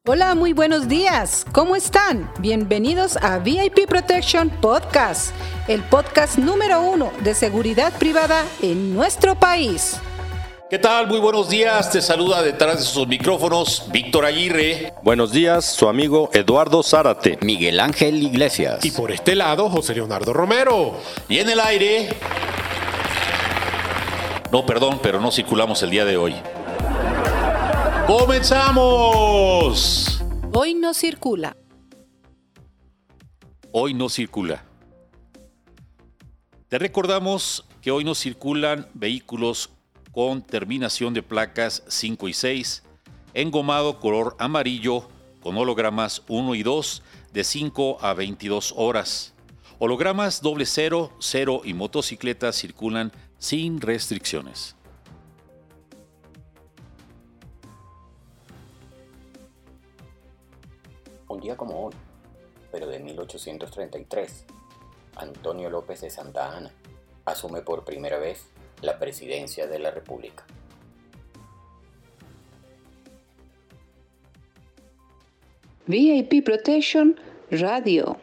Hola, muy buenos días. ¿Cómo están? Bienvenidos a VIP Protection Podcast, el podcast número 1 de seguridad privada en nuestro país. ¿Qué tal? Muy buenos días. Te saluda detrás de sus micrófonos Víctor Aguirre. Buenos días, su amigo Eduardo Zárate. Miguel Ángel Iglesias. Y por este lado, José Leonardo Romero. Y en el aire... No, perdón, pero no circulamos el día de hoy. ¡Comenzamos! Hoy no circula. Hoy no circula. Te recordamos que hoy no circulan vehículos con terminación de placas 5 y 6, engomado color amarillo con hologramas 1 y 2 de 5 a 22 horas. Hologramas 00, 0 y motocicletas circulan sin restricciones. Un día como hoy, pero de 1833, Antonio López de Santa Anna asume por primera vez la presidencia de la República. VIP Protection Radio.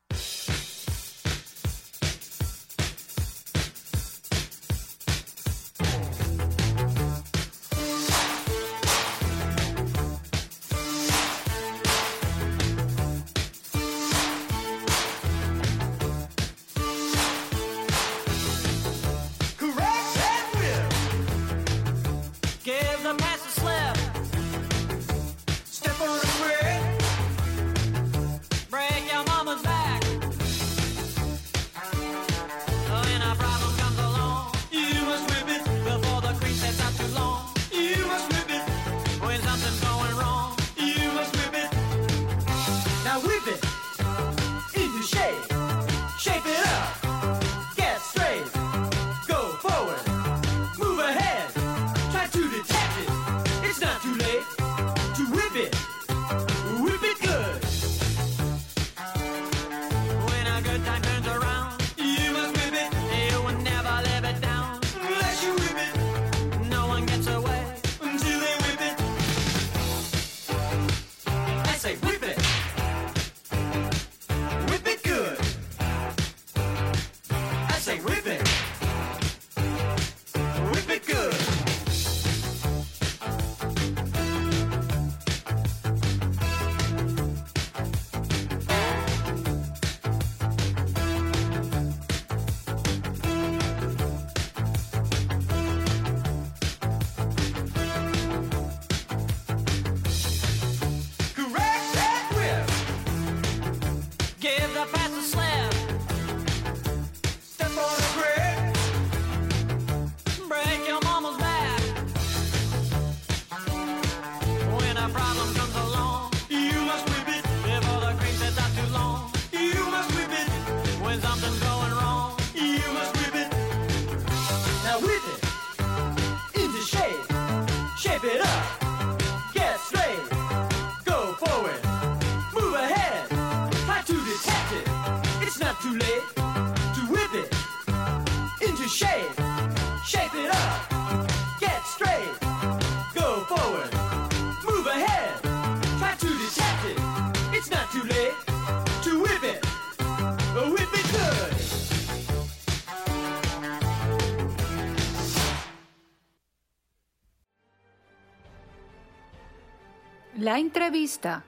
La entrevista.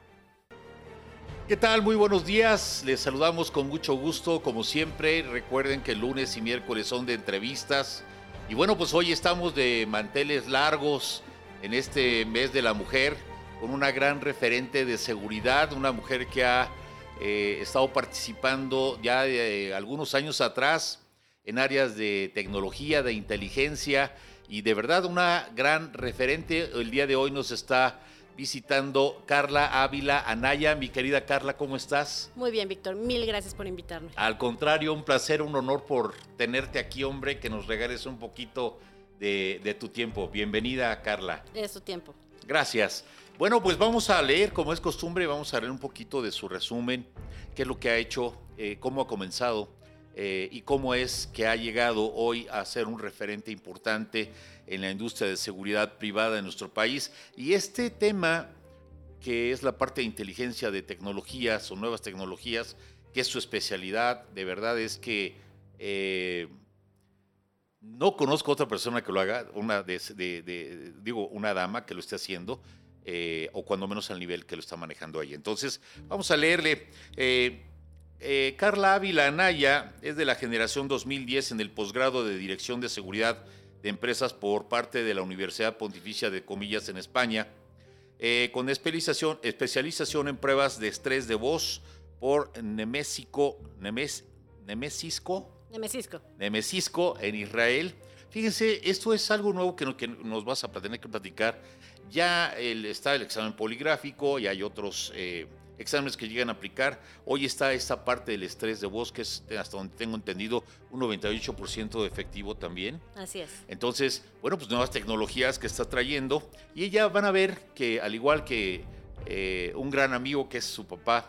¿Qué tal? Muy buenos días. Les saludamos con mucho gusto, como siempre. Recuerden que lunes y miércoles son de entrevistas. Y bueno, pues hoy estamos de manteles largos en este mes de la mujer, con una gran referente de seguridad, una mujer que ha estado participando ya de algunos años atrás en áreas de tecnología, de inteligencia, y de verdad una gran referente. El día de hoy nos está visitando Carla Ávila Anaya. Mi querida Carla, ¿cómo estás? Muy bien, Víctor, mil gracias por invitarme. Al contrario, un placer, un honor por tenerte aquí, hombre, que nos regales un poquito de tu tiempo. Bienvenida, Carla. Es tu tiempo. Gracias. Bueno, pues vamos a leer, como es costumbre, vamos a leer un poquito de su resumen, qué es lo que ha hecho, cómo ha comenzado y cómo es que ha llegado hoy a ser un referente importante en la industria de seguridad privada en nuestro país. Y este tema que es la parte de inteligencia de tecnologías o nuevas tecnologías, que es su especialidad. De verdad es que no conozco otra persona que lo haga, una dama que lo esté haciendo, o cuando menos al nivel que lo está manejando ahí. Entonces, vamos a leerle. Carla Ávila Anaya es de la generación 2010 en el posgrado de Dirección de Seguridad de Empresas por parte de la Universidad Pontificia de Comillas en España, con especialización en pruebas de estrés de voz por Nemesisco en Israel. Fíjense, esto es algo nuevo que nos vas a tener que platicar. Ya está el examen poligráfico y hay otros exámenes que llegan a aplicar. Hoy está esta parte del estrés de voz, que es, hasta donde tengo entendido, un 98% de efectivo también. Así es. Entonces, bueno, pues nuevas tecnologías que está trayendo. Y ella van a ver que, al igual que un gran amigo que es su papá,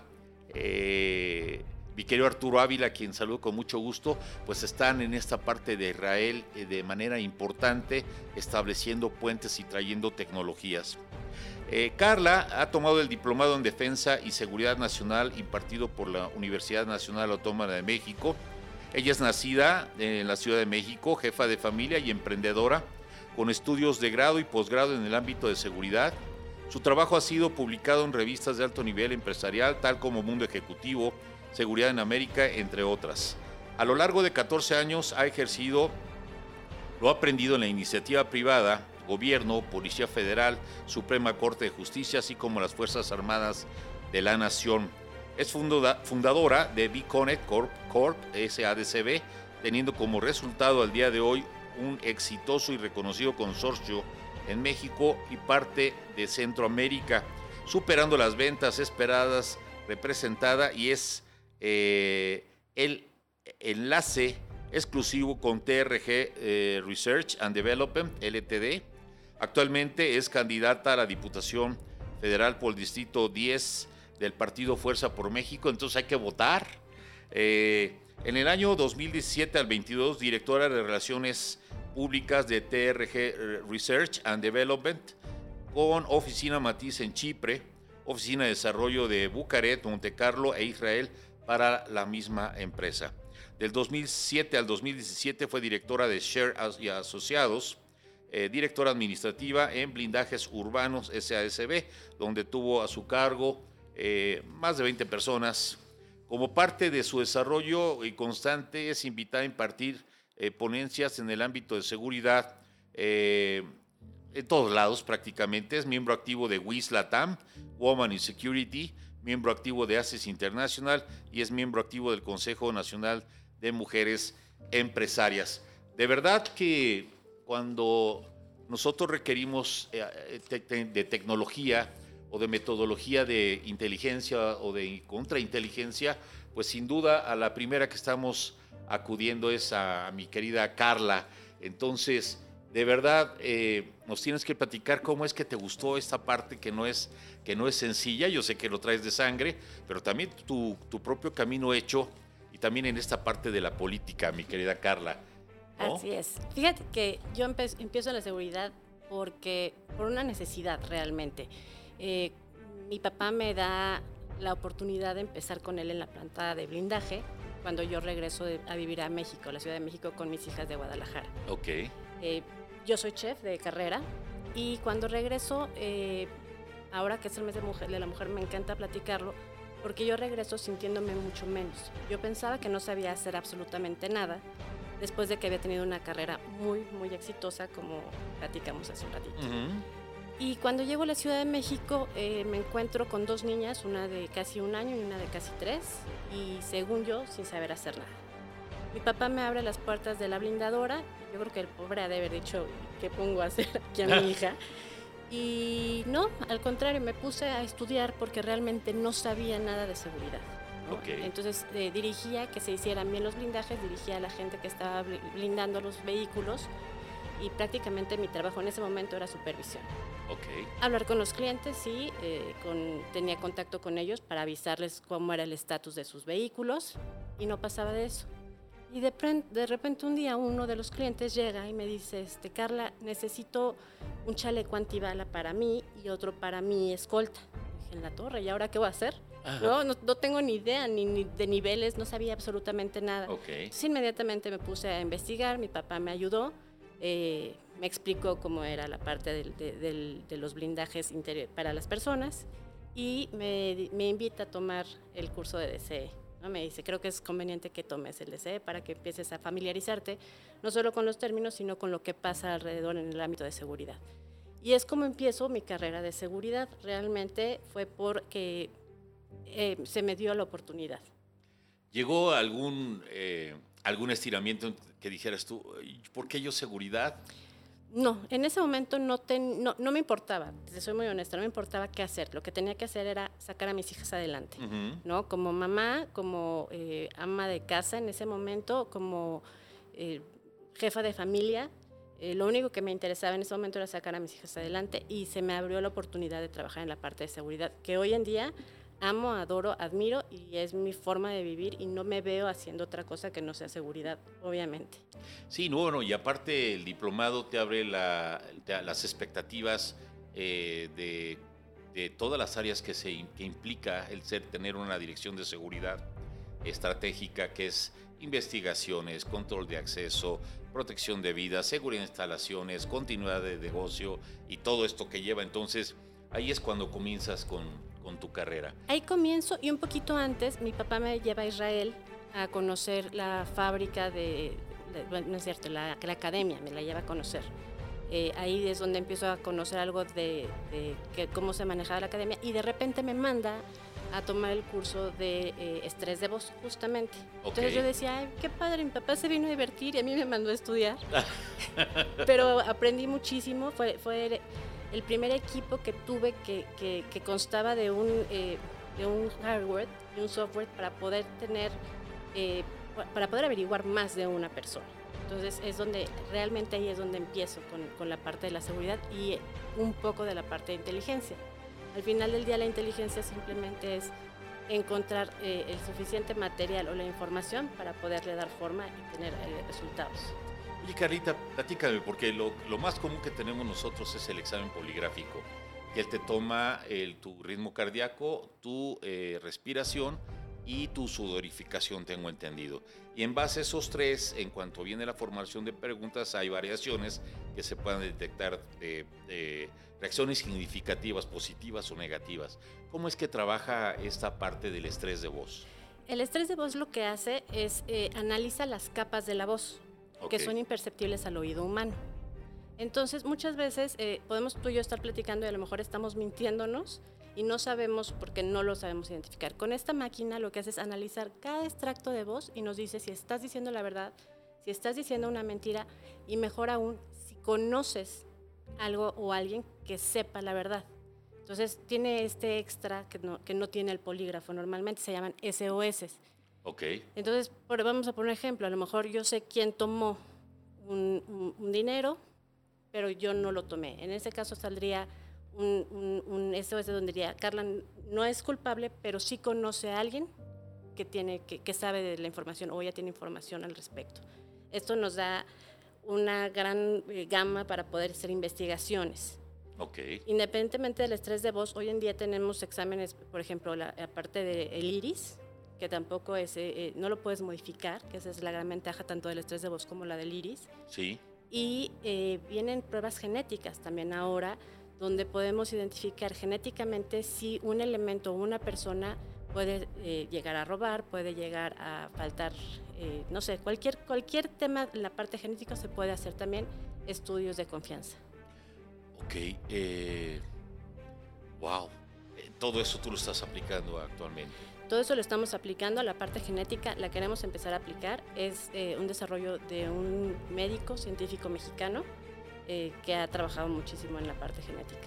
mi querido Arturo Ávila, quien saludo con mucho gusto, pues están en esta parte de Israel de manera importante, estableciendo puentes y trayendo tecnologías. Carla ha tomado el diplomado en Defensa y Seguridad Nacional impartido por la Universidad Nacional Autónoma de México. Ella es nacida en la Ciudad de México, jefa de familia y emprendedora, con estudios de grado y posgrado en el ámbito de seguridad. Su trabajo ha sido publicado en revistas de alto nivel empresarial, tal como Mundo Ejecutivo, Seguridad en América, entre otras. A lo largo de 14 años ha ejercido lo aprendido en la iniciativa privada, gobierno, Policía Federal, Suprema Corte de Justicia, así como las Fuerzas Armadas de la Nación. Es fundadora de B-Connect Corp, SADCB, teniendo como resultado al día de hoy un exitoso y reconocido consorcio en México y parte de Centroamérica, superando las ventas esperadas, representada, y es el enlace exclusivo con TRG Research and Development, LTD. Actualmente es candidata a la Diputación Federal por el Distrito 10 del Partido Fuerza por México, entonces hay que votar. En el año 2017 al 22, directora de Relaciones Públicas de TRG Research and Development, con oficina matriz en Chipre, oficina de desarrollo de Bucaret, Montecarlo e Israel para la misma empresa. Del 2007 al 2017 fue directora de Share y Asociados, directora administrativa en Blindajes Urbanos SADCB, donde tuvo a su cargo más de 20 personas. Como parte de su desarrollo y constante, es invitada a impartir ponencias en el ámbito de seguridad en todos lados prácticamente. Es miembro activo de WIS LATAM, Women in Security, miembro activo de ACES International y es miembro activo del Consejo Nacional de Mujeres Empresarias. De verdad que cuando nosotros requerimos de tecnología o de metodología de inteligencia o de contrainteligencia, pues sin duda a la primera que estamos acudiendo es a mi querida Carla. Entonces, de verdad, nos tienes que platicar cómo es que te gustó esta parte que no es sencilla. Yo sé que lo traes de sangre, pero también tu propio camino hecho y también en esta parte de la política, mi querida Carla, ¿no? Así es. Fíjate que yo empiezo en la seguridad por una necesidad realmente. Mi papá me da la oportunidad de empezar con él en la planta de blindaje cuando yo regreso a vivir a México, a la Ciudad de México, con mis hijas de Guadalajara. Ok. Yo soy chef de carrera y cuando regreso, ahora que es el mes de la mujer, me encanta platicarlo porque yo regreso sintiéndome mucho menos. Yo pensaba que no sabía hacer absolutamente nada después de que había tenido una carrera muy, muy exitosa, como platicamos hace un ratito. Uh-huh. Y cuando llego a la Ciudad de México, me encuentro con dos niñas, una de casi 1 año y una de casi 3, y según yo, sin saber hacer nada. Mi papá me abre las puertas de la blindadora. Yo creo que el pobre ha de haber dicho, ¿qué pongo a hacer aquí a mi hija? Y no, al contrario, me puse a estudiar porque realmente no sabía nada de seguridad, ¿no? Okay. Entonces dirigía que se hicieran bien los blindajes, dirigía a la gente que estaba blindando los vehículos y prácticamente mi trabajo en ese momento era supervisión. Okay. Hablar con los clientes, sí, tenía contacto con ellos para avisarles cómo era el estatus de sus vehículos y no pasaba de eso. Y de repente un día uno de los clientes llega y me dice, Carla, necesito un chaleco antibala para mí y otro para mi escolta. en la torre, ¿y ahora qué voy a hacer? No tengo ni idea ni de niveles, no sabía absolutamente nada. Entonces inmediatamente me puse a investigar, mi papá me ayudó, me explicó cómo era la parte de los blindajes para las personas y me invita a tomar el curso de DCE. ¿No? Me dice, creo que es conveniente que tomes el DCE para que empieces a familiarizarte no solo con los términos, sino con lo que pasa alrededor en el ámbito de seguridad. Y es como empiezo mi carrera de seguridad. Realmente fue porque se me dio la oportunidad. ¿Llegó algún estiramiento que dijeras tú, ¿por qué yo seguridad? No, en ese momento no me importaba, te soy muy honesta, no me importaba qué hacer. Lo que tenía que hacer era sacar a mis hijas adelante, ¿no? Como mamá, como ama de casa en ese momento, como jefa de familia. Lo único que me interesaba en ese momento era sacar a mis hijas adelante y se me abrió la oportunidad de trabajar en la parte de seguridad, que hoy en día amo, adoro, admiro y es mi forma de vivir y no me veo haciendo otra cosa que no sea seguridad, obviamente. Sí, bueno, y aparte el diplomado te abre las expectativas de todas las áreas que implica tener una dirección de seguridad estratégica, que es investigaciones, control de acceso, protección de vida, seguridad de instalaciones, continuidad de negocio y todo esto que lleva. Entonces, ahí es cuando comienzas con tu carrera. Ahí comienzo y un poquito antes mi papá me lleva a Israel a conocer la fábrica no es cierto, la academia, me la lleva a conocer. Ahí es donde empiezo a conocer algo de cómo se manejaba la academia y de repente me manda a tomar el curso de estrés de voz, justamente. Entonces yo decía, ay, qué padre, mi papá se vino a divertir y a mí me mandó a estudiar. Pero aprendí muchísimo, fue el primer equipo que tuve que constaba de un hardware y un software para poder averiguar más de una persona. Entonces realmente ahí es donde empiezo con la parte de la seguridad y un poco de la parte de inteligencia. Al final del día la inteligencia simplemente es encontrar el suficiente material o la información para poderle dar forma y tener resultados. Oye, Carlita, platícame, porque lo más común que tenemos nosotros es el examen poligráfico, que él te toma tu ritmo cardíaco, tu respiración y tu sudorificación, tengo entendido. Y en base a esos tres, en cuanto viene la formación de preguntas, hay variaciones que se puedan detectar de reacciones significativas, positivas o negativas. ¿Cómo es que trabaja esta parte del estrés de voz? El estrés de voz lo que hace es analiza las capas de la voz, que son imperceptibles al oído humano. Entonces, muchas veces podemos tú y yo estar platicando y a lo mejor estamos mintiéndonos y no sabemos porque no lo sabemos identificar. Con esta máquina lo que hace es analizar cada extracto de voz y nos dice si estás diciendo la verdad, si estás diciendo una mentira y mejor aún, si conoces algo o alguien que sepa la verdad. Entonces, tiene este extra que no tiene el polígrafo. Normalmente se llaman SOS. Entonces, vamos a poner un ejemplo. A lo mejor yo sé quién tomó un dinero, pero yo no lo tomé. En ese caso saldría un SOS donde diría, Carla no es culpable, pero sí conoce a alguien que sabe de la información o ya tiene información al respecto. Esto nos da una gran gama para poder hacer investigaciones. Independientemente del estrés de voz, hoy en día tenemos exámenes, por ejemplo, la parte del iris, que tampoco no lo puedes modificar, que esa es la gran ventaja tanto del estrés de voz como la del iris. Sí. Y vienen pruebas genéticas también ahora, donde podemos identificar genéticamente si un elemento o una persona puede llegar a robar, puede llegar a faltar, no sé, cualquier tema en la parte genética se puede hacer también estudios de confianza. Wow. Todo eso tú lo estás aplicando actualmente. Todo eso lo estamos aplicando. A la parte genética la queremos empezar a aplicar. Es un desarrollo de un médico científico mexicano que ha trabajado muchísimo en la parte genética.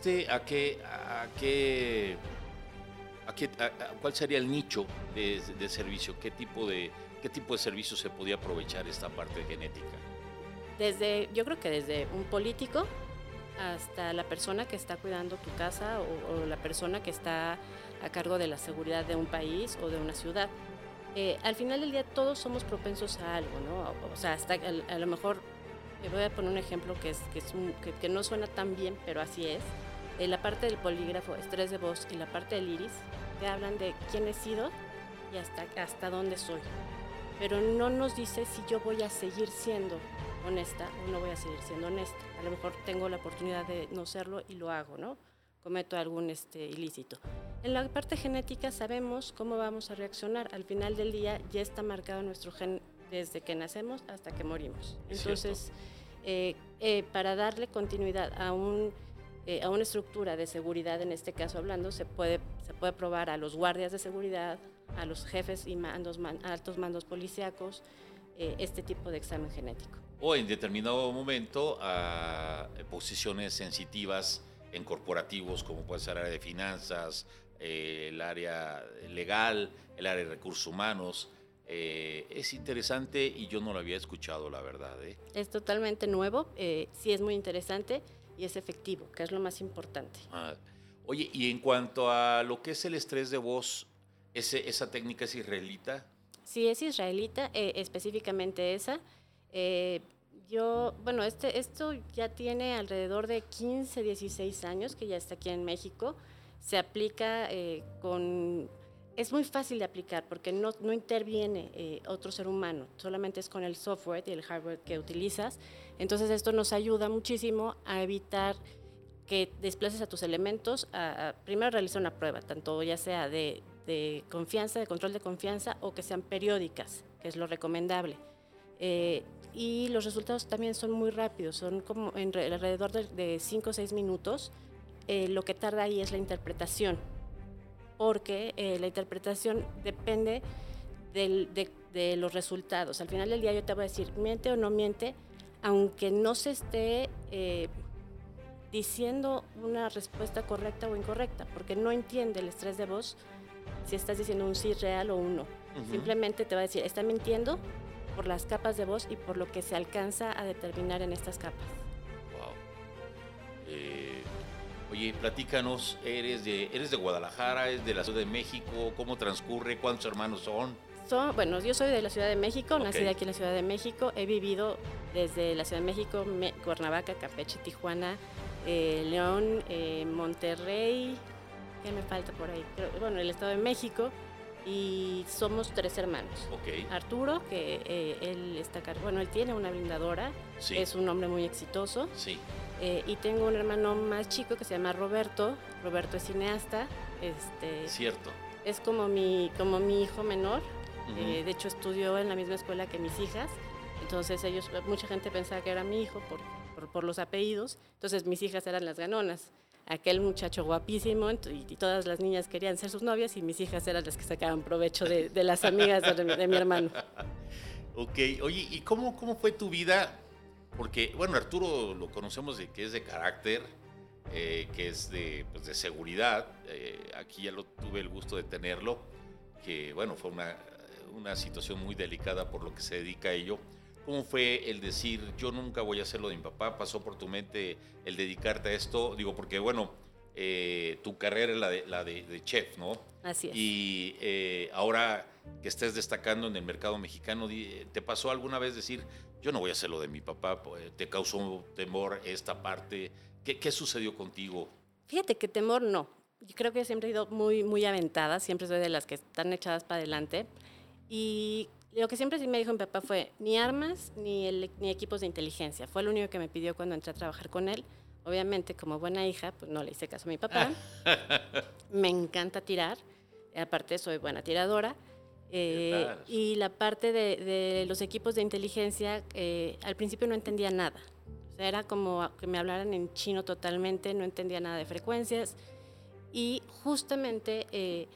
¿Cuál sería el nicho de servicio? ¿Qué tipo de servicio se podía aprovechar esta parte genética? Yo creo que desde un político hasta la persona que está cuidando tu casa o la persona que está a cargo de la seguridad de un país o de una ciudad. Al final del día todos somos propensos a algo, ¿no? O sea, hasta a lo mejor, voy a poner un ejemplo que no suena tan bien, pero así es. La parte del polígrafo, estrés de voz, y la parte del iris, te hablan de quién he sido y hasta dónde soy. Pero no nos dice si yo voy a seguir siendo honesta o no voy a seguir siendo honesta. A lo mejor tengo la oportunidad de no serlo y lo hago, ¿no? Cometo algún ilícito. En la parte genética sabemos cómo vamos a reaccionar. Al final del día ya está marcado nuestro gen desde que nacemos hasta que morimos. Entonces, para darle continuidad a una estructura de seguridad, en este caso hablando, se puede probar a los guardias de seguridad, a los jefes y altos mandos policíacos, este tipo de examen genético. O en determinado momento a posiciones sensitivas en corporativos, como puede ser el área de finanzas, el área legal, el área de recursos humanos. Es interesante y yo no lo había escuchado, la verdad. Es totalmente nuevo, sí es muy interesante y es efectivo, que es lo más importante. Oye, y en cuanto a lo que es el estrés de voz, ¿esa técnica es israelita? Sí, es israelita, específicamente esa. Esto ya tiene alrededor de 15, 16 años que ya está aquí en México. Se aplica es muy fácil de aplicar porque no interviene otro ser humano, solamente es con el software y el hardware que utilizas. Entonces esto nos ayuda muchísimo a evitar que desplaces a tus elementos a primero realizar una prueba, tanto ya sea de confianza, de control de confianza, o que sean periódicas, que es lo recomendable. Y los resultados también son muy rápidos, son como alrededor de 5 o 6 minutos. Lo que tarda ahí es la interpretación, porque la interpretación depende de los resultados. Al final del día yo te voy a decir, miente o no miente, aunque no se esté diciendo una respuesta correcta o incorrecta, porque no entiende el estrés de voz si estás diciendo un sí real o un no. Simplemente te va a decir, está mintiendo por las capas de voz y por lo que se alcanza a determinar en estas capas. Wow. Oye, platícanos, ¿eres de Guadalajara, eres de la Ciudad de México? ¿Cómo transcurre? ¿Cuántos hermanos son? Bueno, yo soy de la Ciudad de México, nací aquí en la Ciudad de México, he vivido desde la Ciudad de México, Cuernavaca, Campeche, Tijuana, León, Monterrey, ¿qué me falta por ahí? El Estado de México, y somos 3 hermanos. Okay. Arturo, que él tiene una blindadora, sí. Es un hombre muy exitoso. Sí. Y tengo un hermano más chico que se llama Roberto. Roberto es cineasta. Cierto. Es como mi hijo menor. De hecho, estudió en la misma escuela que mis hijas. Entonces mucha gente pensaba que era mi hijo por los apellidos. Entonces mis hijas eran las ganonas. Aquel muchacho guapísimo, y todas las niñas querían ser sus novias, y mis hijas eran las que sacaban provecho de las amigas de mi hermano. Ok, oye, ¿y cómo fue tu vida? Porque, Arturo lo conocemos de que es de carácter, que es de seguridad. Aquí ya tuve el gusto de tenerlo, que, fue una situación muy delicada por lo que se dedica a ello. ¿Cómo fue el decir, yo nunca voy a hacer lo de mi papá? ¿Pasó por tu mente el dedicarte a esto? Digo, porque, tu carrera es la de chef, ¿no? Así es. Y ahora que estés destacando en el mercado mexicano, ¿te pasó alguna vez decir, yo no voy a hacer lo de mi papá? ¿Te causó temor esta parte? ¿Qué sucedió contigo? Fíjate que temor no. Yo creo que siempre he ido muy, muy aventada, siempre soy de las que están echadas para adelante. Y lo que siempre sí me dijo mi papá fue, ni armas ni equipos de inteligencia. Fue lo único que me pidió cuando entré a trabajar con él. Obviamente, como buena hija, pues no le hice caso a mi papá. Me encanta tirar. Aparte, soy buena tiradora. Y la parte de los equipos de inteligencia, al principio no entendía nada. O sea, era como que me hablaran en chino totalmente, no entendía nada de frecuencias. Y justamente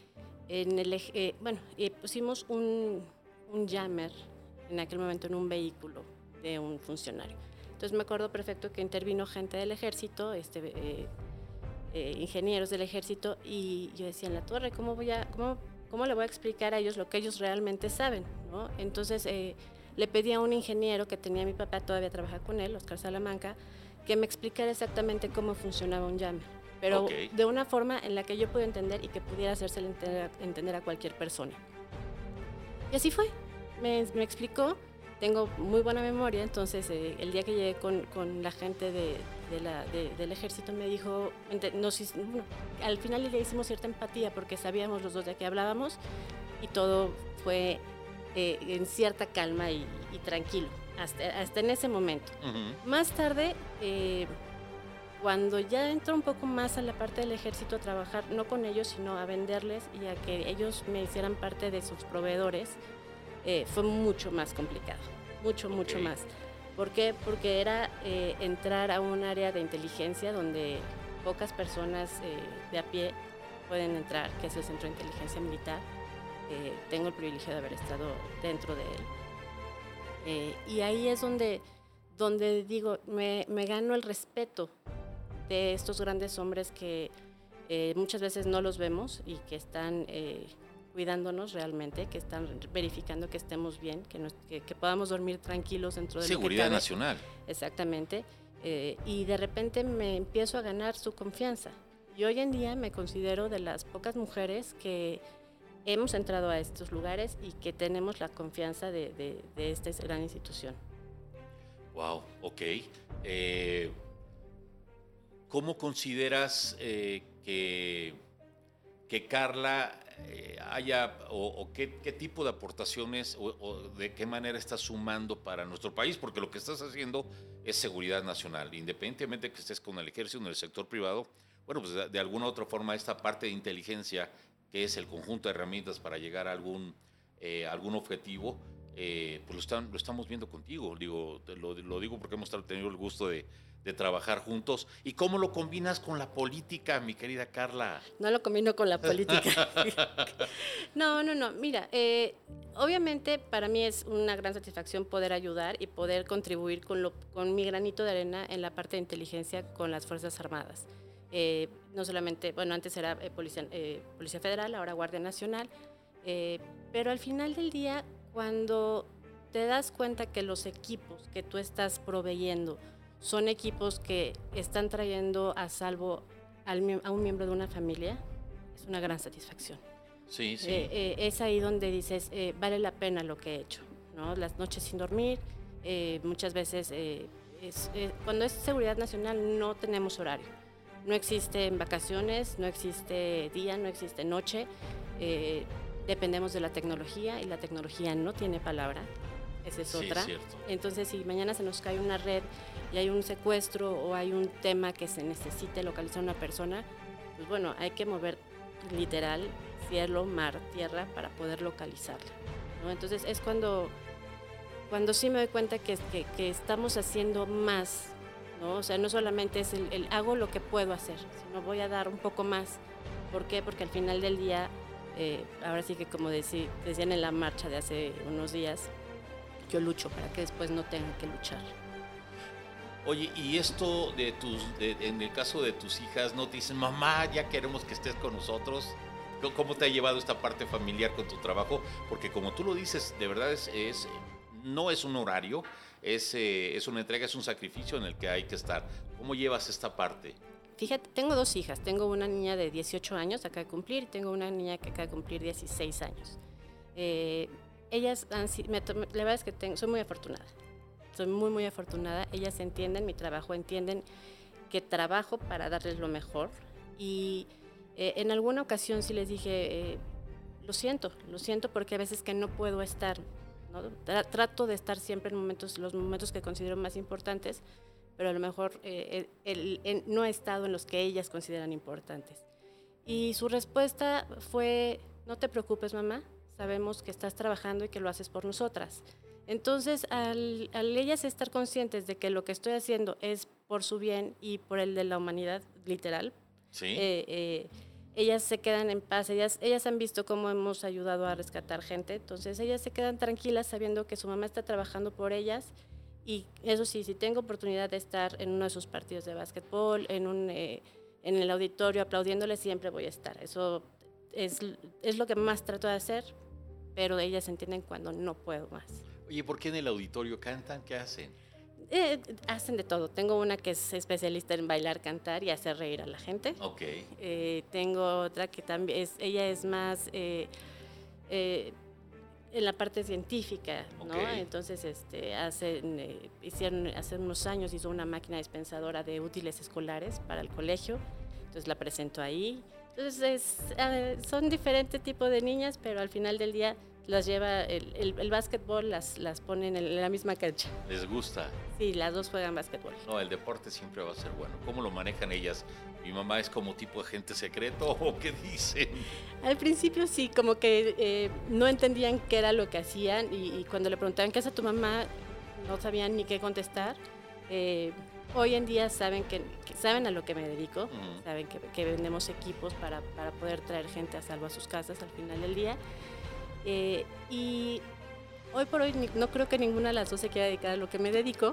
pusimos un jammer en aquel momento en un vehículo de un funcionario. Entonces me acuerdo perfecto que intervino gente del ejército, ingenieros del ejército, y yo decía, en la torre, ¿cómo le voy a explicar a ellos lo que ellos realmente saben, ¿no? Entonces le pedí a un ingeniero que tenía mi papá, todavía trabaja con él, Oscar Salamanca, que me explicara exactamente cómo funcionaba un jammer, pero de una forma en la que yo pudiera entender y que pudiera hacérselo entender a cualquier persona. Y así fue, me explicó, tengo muy buena memoria, entonces el día que llegué con la gente del ejército me dijo, al final le hicimos cierta empatía porque sabíamos los dos de qué hablábamos y todo fue en cierta calma y tranquilo, hasta en ese momento. Uh-huh. Más tarde, cuando ya entró un poco más a la parte del ejército a trabajar, no con ellos, sino a venderles y a que ellos me hicieran parte de sus proveedores, fue mucho más complicado, mucho más. ¿Por qué? Porque era entrar a un área de inteligencia donde pocas personas de a pie pueden entrar, que es el Centro de Inteligencia Militar. Tengo el privilegio de haber estado dentro de él. Y ahí es donde digo, me gano el respeto de estos grandes hombres que muchas veces no los vemos y que están cuidándonos realmente, que están verificando que estemos bien, que podamos dormir tranquilos dentro de seguridad nacional. Exactamente. Y de repente me empiezo a ganar su confianza. Y hoy en día me considero de las pocas mujeres que hemos entrado a estos lugares y que tenemos la confianza de esta gran institución. Wow, ok. ¿Cómo consideras que Carla haya o qué tipo de aportaciones o de qué manera estás sumando para nuestro país? Porque lo que estás haciendo es seguridad nacional, independientemente que estés con el ejército, en el sector privado. Bueno, pues de alguna u otra forma esta parte de inteligencia, que es el conjunto de herramientas para llegar a algún objetivo, pues lo estamos viendo contigo. Lo digo porque hemos tenido el gusto de trabajar juntos. ¿Y cómo lo combinas con la política, mi querida Carla? No lo combino con la política. No. Mira, obviamente para mí es una gran satisfacción poder ayudar y poder contribuir con mi granito de arena en la parte de inteligencia con las Fuerzas Armadas. No solamente, bueno, antes era Policía Federal, ahora Guardia Nacional, pero al final del día, cuando te das cuenta que los equipos que tú estás proveyendo son equipos que están trayendo a salvo a un miembro de una familia, es una gran satisfacción. Sí. Es ahí donde dices, vale la pena lo que he hecho, ¿no? Las noches sin dormir, muchas veces, cuando es seguridad nacional no tenemos horario. No existen vacaciones, no existe día, no existe noche. Dependemos de la tecnología y la tecnología no tiene palabra. Esa es otra. Sí, es cierto. Entonces, si mañana se nos cae una red y hay un secuestro o hay un tema que se necesite localizar a una persona, pues bueno, hay que mover literal cielo, mar, tierra para poder localizarla, ¿no? Entonces, es cuando sí me doy cuenta que estamos haciendo más, ¿no? O sea, no solamente es el hago lo que puedo hacer, sino voy a dar un poco más. ¿Por qué? Porque al final del día, ahora sí que como decían en la marcha de hace unos días, yo lucho para que después no tengan que luchar. Oye, y esto en el caso de tus hijas, ¿no te dicen, mamá, ya queremos que estés con nosotros? ¿Cómo te ha llevado esta parte familiar con tu trabajo? Porque como tú lo dices, de verdad no es un horario, es una entrega, es un sacrificio en el que hay que estar. ¿Cómo llevas esta parte? Fíjate, tengo 2 hijas. Tengo una niña de 18 años, acaba de cumplir, y tengo una niña que acaba de cumplir 16 años. Ellas, la verdad es que soy muy afortunada. Soy muy, muy afortunada. Ellas entienden mi trabajo, entienden que trabajo para darles lo mejor. Y en alguna ocasión sí les dije, lo siento porque a veces que no puedo estar, ¿no? Trato de estar siempre en los momentos que considero más importantes, pero a lo mejor no he estado en los que ellas consideran importantes. Y su respuesta fue, no te preocupes, mamá, sabemos que estás trabajando y que lo haces por nosotras. Entonces, al ellas estar conscientes de que lo que estoy haciendo es por su bien y por el de la humanidad, literal, ¿sí? Ellas se quedan en paz, ellas han visto cómo hemos ayudado a rescatar gente, entonces ellas se quedan tranquilas sabiendo que su mamá está trabajando por ellas. Y eso sí, si tengo oportunidad de estar en uno de sus partidos de básquetbol, en el auditorio aplaudiéndole, siempre voy a estar. Eso es lo que más trato de hacer, pero ellas entienden cuando no puedo más. Oye, ¿por qué en el auditorio cantan? ¿Qué hacen? Hacen de todo. Tengo una que es especialista en bailar, cantar y hacer reír a la gente. Ok. Tengo otra que también ella es más... en la parte científica, ¿no? Ok. Entonces, hace unos años hizo una máquina dispensadora de útiles escolares para el colegio, entonces la presentó ahí. Entonces, son diferentes tipos de niñas, pero al final del día las lleva, el básquetbol las ponen en la misma cancha. ¿Les gusta? Sí, las dos juegan básquetbol. No, el deporte siempre va a ser bueno. ¿Cómo lo manejan ellas? ¿Mi mamá es como tipo agente secreto o qué dicen? Al principio sí, como que no entendían qué era lo que hacían y cuando le preguntaban qué hace tu mamá, no sabían ni qué contestar. Hoy en día saben que saben a lo que me dedico, saben que vendemos equipos para poder traer gente a salvo a sus casas al final del día. Y hoy por hoy no creo que ninguna de las dos se quiera dedicar a lo que me dedico,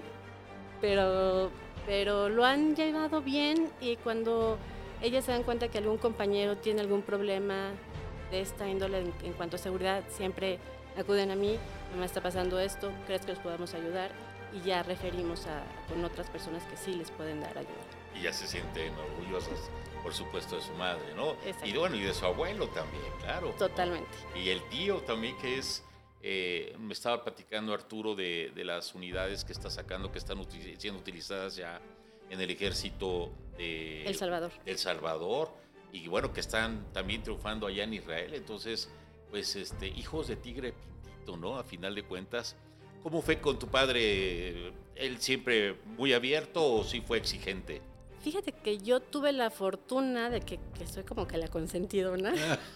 pero lo han llevado bien y cuando ellas se dan cuenta que algún compañero tiene algún problema de esta índole en cuanto a seguridad, siempre acuden a mí, mamá está pasando esto, ¿crees que los podemos ayudar? Y ya referimos con otras personas que sí les pueden dar ayuda. Y ya se sienten orgullosas, por supuesto, de su madre, ¿no? Exacto. Y bueno, y de su abuelo también, claro. Totalmente. ¿No? Y el tío también, que es, me estaba platicando Arturo de las unidades que está sacando, que están siendo utilizadas ya en el ejército de El Salvador. El Salvador, y bueno, que están también triunfando allá en Israel. Entonces, pues, hijos de tigre pintito, ¿no? A final de cuentas. ¿Cómo fue con tu padre? ¿Él siempre muy abierto o sí fue exigente? Fíjate que yo tuve la fortuna de que soy como que la consentidona.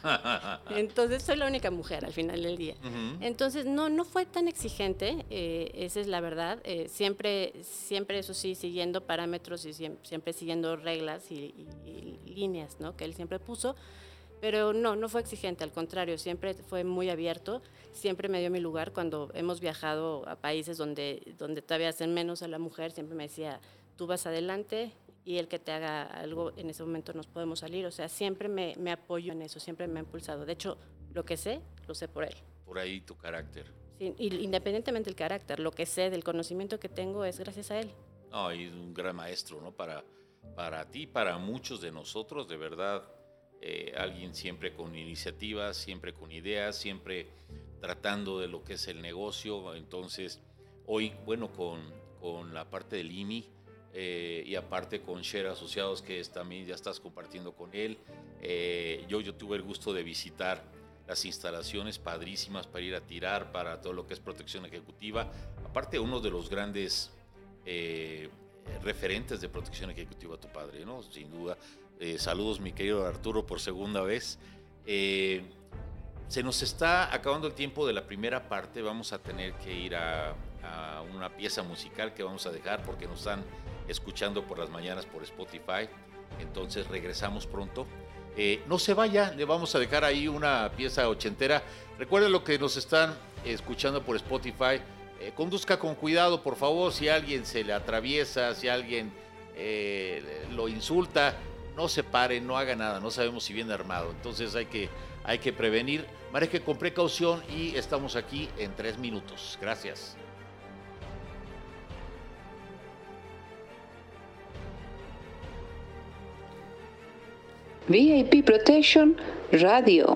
Entonces soy la única mujer al final del día. Entonces no fue tan exigente, esa es la verdad. Siempre eso sí, siguiendo parámetros y siempre siguiendo reglas y líneas, ¿no? Que él siempre puso. Pero no fue exigente, al contrario, siempre fue muy abierto, siempre me dio mi lugar. Cuando hemos viajado a países donde todavía hacen menos a la mujer, siempre me decía, tú vas adelante y el que te haga algo, en ese momento nos podemos salir. O sea, siempre me apoyo en eso, siempre me ha impulsado. De hecho, lo que sé, lo sé por él. Por ahí tu carácter. Sí, independientemente del carácter, lo que sé, del conocimiento que tengo, es gracias a él. No, y un gran maestro, ¿no? Para ti, para muchos de nosotros, de verdad. Alguien siempre con iniciativas, siempre con ideas, siempre tratando de lo que es el negocio. Entonces, hoy, bueno, con la parte del IMI y aparte con Share Asociados, que también ya estás compartiendo con él, yo tuve el gusto de visitar las instalaciones padrísimas para ir a tirar, para todo lo que es protección ejecutiva. Aparte, uno de los grandes referentes de protección ejecutiva, tu padre, ¿no? Sin duda. Saludos, mi querido Arturo, por segunda vez. Se nos está acabando el tiempo de la primera parte. Vamos a tener que ir a una pieza musical que vamos a dejar porque nos están escuchando por las mañanas por Spotify. Entonces regresamos pronto. No se vaya, le vamos a dejar ahí una pieza ochentera. Recuerden lo que nos están escuchando por Spotify. Conduzca con cuidado, por favor. Si alguien se le atraviesa, si alguien lo insulta, no se pare, no haga nada, no sabemos si viene armado. Entonces hay que prevenir. Maneje con precaución y estamos aquí en 3 minutos. Gracias. VIP Protection Radio.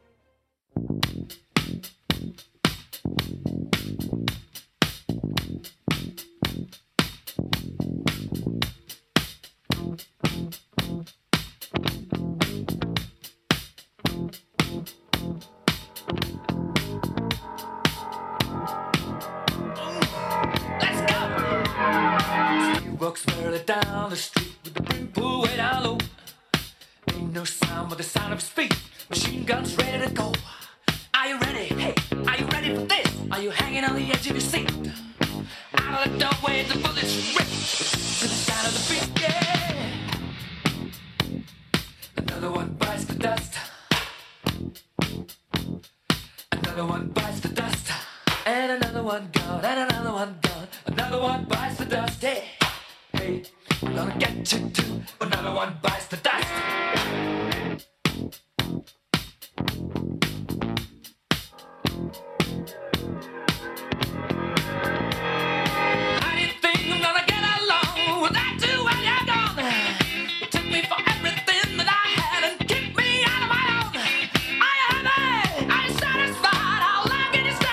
Walks further down the street with the brim pulled way down low. Ain't no sound but the sound of his feet. Machine guns ready to go. Are you ready? Hey, are you ready for this? Are you hanging on the edge of your seat? Out of the doorway, the bullets rip to the sound of the beat. Yeah. Another one bites the dust. Another one bites the dust. And another one gone. And another one gone. Another one bites the dust. Hey. Hey, I'm gonna get you too. Another one bites the dust. How do you think I'm gonna get along without you when you're gone? You took me for everything that I had and kicked me out of my own. Are you happy? Are you satisfied? How long can you stay?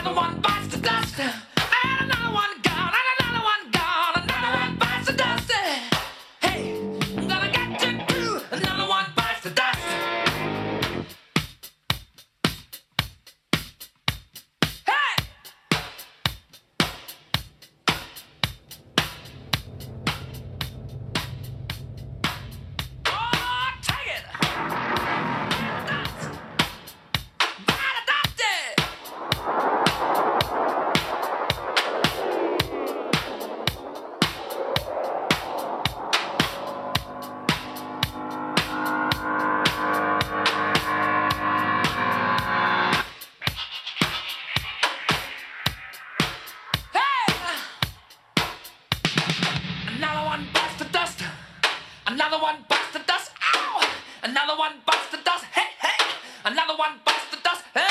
another one bites the dust, and another one gone, and another one gone, another one bites the dust. Hey, I'm gonna get you too, another one bites the dust. Hey! Oh, take it! Dust! Bite the dust! Hey! Another one bites the dust. Another one bites the dust. Ow! Another one bites the dust. Hey, hey! Another one bites the dust. Hey!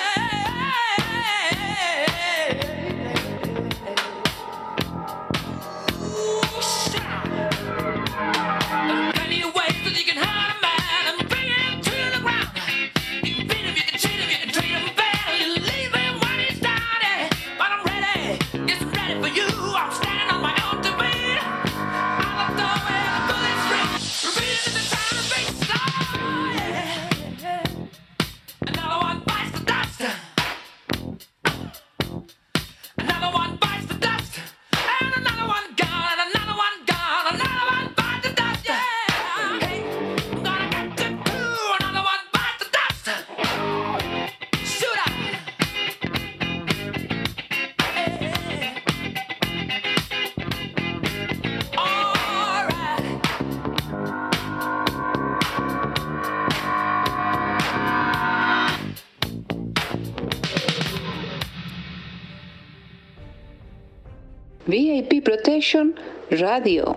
Ooh, shit! There are plenty of ways that you can hurt a man and bring him to the ground. You can beat him, you can cheat him, you can treat him bad. You leave him when he's down. But I'm ready, yes, I'm ready for you. I'm standing on my own two feet. I'm a door where the bullets ring. Repeating the time to be slow. Yeah. Another one bites the dust. Another one bites the dust. And another one gone, and another one gone, another one bites the dust. Yeah. Hey, I'm gonna get you too. Another one bites the dust. Shoot up. Hey. All right. VIP Protection Radio.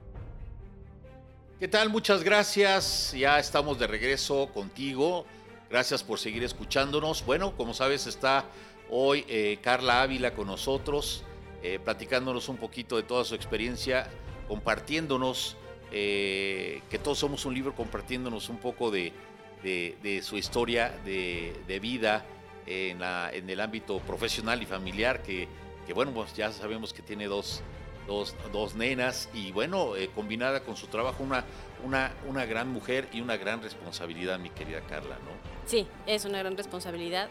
¿Qué tal? Muchas gracias. Ya estamos de regreso contigo. Gracias por seguir escuchándonos. Bueno, como sabes, está hoy Carla Ávila con nosotros, platicándonos un poquito de toda su experiencia, compartiéndonos, que todos somos un libro, compartiéndonos un poco de su historia de vida en el ámbito profesional y familiar, que bueno, pues ya sabemos que tiene dos nenas y bueno, combinada con su trabajo, una gran mujer y una gran responsabilidad, mi querida Carla, ¿no? Sí, es una gran responsabilidad.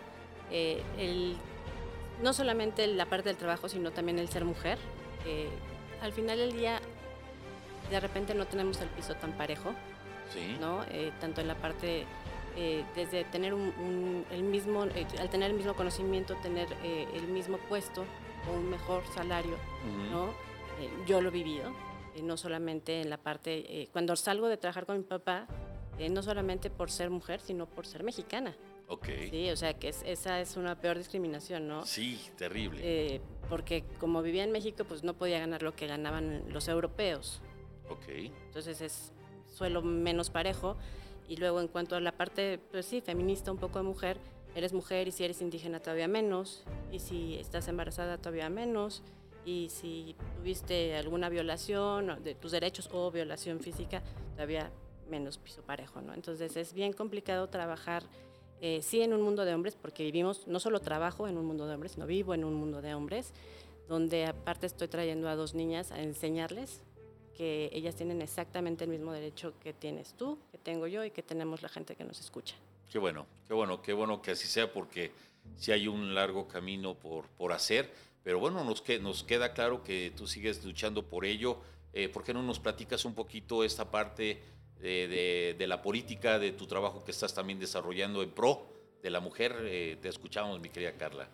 No solamente la parte del trabajo, sino también el ser mujer. Al final del día, de repente no tenemos el piso tan parejo, Sí. ¿no? Tanto en la parte, desde tener al tener el mismo conocimiento, tener el mismo puesto o un mejor salario, Ujú. ¿no? Yo lo he vivido, no solamente en la parte, cuando salgo de trabajar con mi papá, no solamente por ser mujer, sino por ser mexicana. Ok. Sí, o sea que esa es una peor discriminación, ¿no? Sí, terrible. Porque como vivía en México, pues no podía ganar lo que ganaban los europeos. Ok. Entonces es suelo menos parejo. Y luego en cuanto a la parte, pues sí, feminista, un poco de mujer, eres mujer y si eres indígena todavía menos, y si estás embarazada todavía menos, y si tuviste alguna violación de tus derechos o violación física, todavía menos piso parejo, ¿no? Entonces es bien complicado trabajar, sí, en un mundo de hombres, porque vivimos, no solo trabajo en un mundo de hombres, sino vivo en un mundo de hombres, donde aparte estoy trayendo a 2 niñas a enseñarles que ellas tienen exactamente el mismo derecho que tienes tú, que tengo yo y que tenemos la gente que nos escucha. Qué bueno que así sea, porque sí hay un largo camino por hacer, pero bueno, nos queda claro que tú sigues luchando por ello. ¿Por qué no nos platicas un poquito esta parte de la política, de tu trabajo que estás también desarrollando en pro de la mujer? Te escuchamos, mi querida Carla.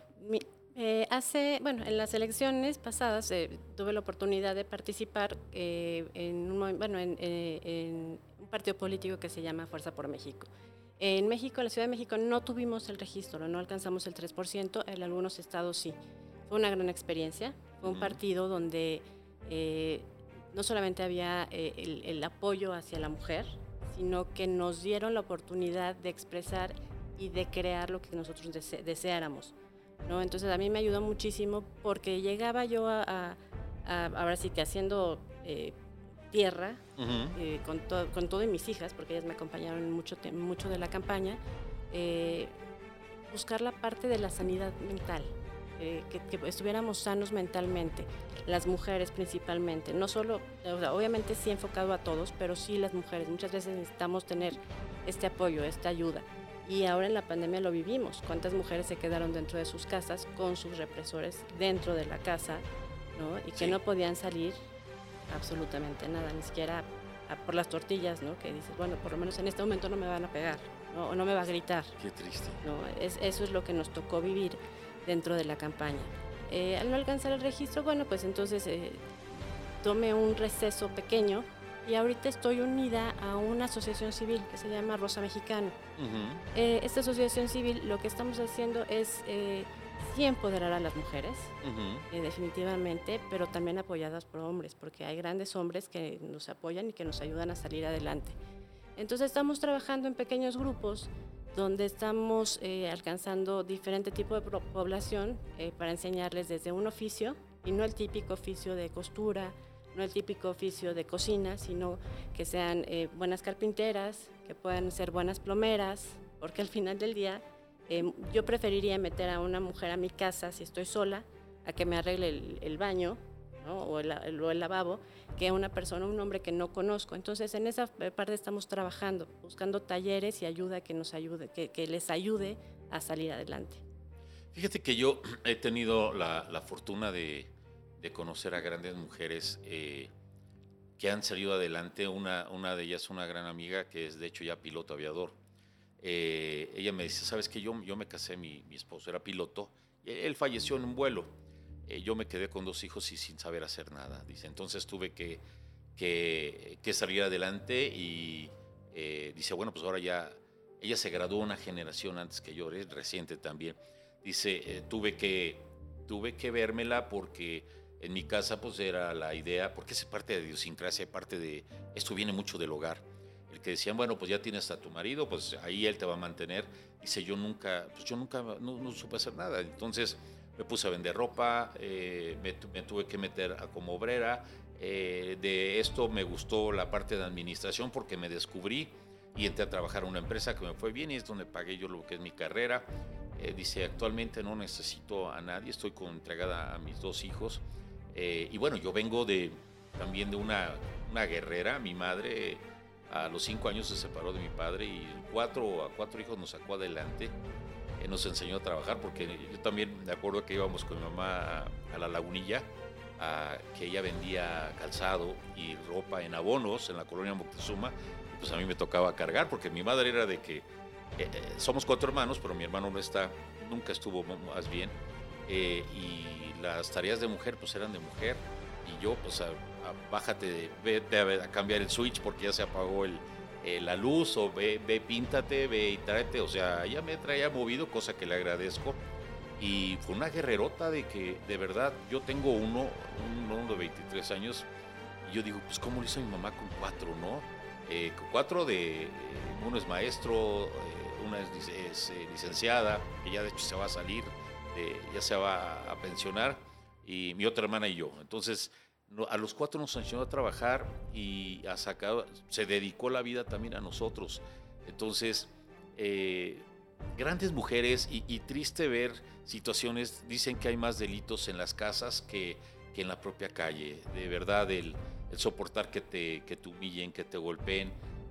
En las elecciones pasadas tuve la oportunidad de participar en un partido político que se llama Fuerza por México. En México, en la Ciudad de México, no tuvimos el registro, no alcanzamos el 3%, en algunos estados sí. Fue una gran experiencia, fue un partido donde no solamente había el apoyo hacia la mujer, sino que nos dieron la oportunidad de expresar y de crear lo que nosotros deseáramos, ¿no? Entonces a mí me ayudó muchísimo porque llegaba yo ahora sí que haciendo tierra, con todo y mis hijas, porque ellas me acompañaron mucho de la campaña, buscar la parte de la sanidad mental, que estuviéramos sanos mentalmente, las mujeres principalmente, no solo, o sea, obviamente sí enfocado a todos, pero sí las mujeres, muchas veces necesitamos tener este apoyo, esta ayuda. Y ahora en la pandemia lo vivimos, cuántas mujeres se quedaron dentro de sus casas con sus represores dentro de la casa, ¿no? Y que no podían salir absolutamente nada, ni siquiera por las tortillas, ¿no? Que dices, bueno, por lo menos en este momento no me van a pegar, ¿no? O no me va a gritar. Qué triste. ¿No? Eso es lo que nos tocó vivir dentro de la campaña. Al no alcanzar el registro, bueno, pues entonces tomé un receso pequeño y ahorita estoy unida a una asociación civil que se llama Rosa Mexicano. Esta asociación civil lo que estamos haciendo es sí empoderar a las mujeres, definitivamente, pero también apoyadas por hombres, porque hay grandes hombres que nos apoyan y que nos ayudan a salir adelante. Entonces estamos trabajando en pequeños grupos donde estamos alcanzando diferente tipo de población para enseñarles desde un oficio, y no el típico oficio de costura, no el típico oficio de cocina, sino que sean buenas carpinteras, que puedan ser buenas plomeras, porque al final del día yo preferiría meter a una mujer a mi casa si estoy sola, a que me arregle el baño, ¿no? o el lavabo, que una persona, un hombre que no conozco. Entonces, en esa parte estamos trabajando, buscando talleres y ayuda que nos ayude, que les ayude a salir adelante. Fíjate que yo he tenido la fortuna de conocer a grandes mujeres que han salido adelante. Una de ellas, una gran amiga, que es de hecho ya piloto aviador. Ella me dice, ¿sabes qué? Yo me casé, mi esposo era piloto, él falleció en un vuelo. Yo me quedé con 2 hijos y sin saber hacer nada, dice. Entonces tuve que salir adelante y dice, bueno, pues ahora ya, ella se graduó una generación antes que yo, es reciente también. Dice, tuve que vérmela porque en mi casa pues era la idea, porque es parte de idiosincrasia, parte de, esto viene mucho del hogar. El que decían, bueno, pues ya tienes a tu marido, pues ahí él te va a mantener. Dice, yo nunca no supe hacer nada. Entonces me puse a vender ropa, me tuve que meter como obrera. De esto me gustó la parte de administración porque me descubrí y entré a trabajar en una empresa que me fue bien y es donde pagué yo lo que es mi carrera. Dice, actualmente no necesito a nadie, estoy entregada a mis 2 hijos. Y bueno, yo vengo también de una guerrera. Mi madre a los 5 años se separó de mi padre y a 4 hijos nos sacó adelante. Nos enseñó a trabajar porque yo también me acuerdo que íbamos con mi mamá a la Lagunilla, que ella vendía calzado y ropa en abonos en la colonia Moctezuma. Pues a mí me tocaba cargar porque mi madre era de que somos 4 hermanos, pero mi hermano nunca estuvo más bien, y las tareas de mujer pues eran de mujer, y yo pues bájate, vete a cambiar el switch porque ya se apagó la luz, o ve, píntate, ve y tráete. O sea, ella me traía movido, cosa que le agradezco, y fue una guerrerota de que de verdad yo tengo uno de 23 años y yo digo, pues cómo lo hizo mi mamá con 4, ¿no? Con 4 uno es maestro, una es licenciada, que ya de hecho se va a salir, ya se va a pensionar, y mi otra hermana y yo. Entonces, a los 4 nos enseñó a trabajar y se dedicó la vida también a nosotros. Entonces, grandes mujeres, y triste ver situaciones. Dicen que hay más delitos en las casas que en la propia calle. De verdad, el soportar que te humillen, que te golpeen,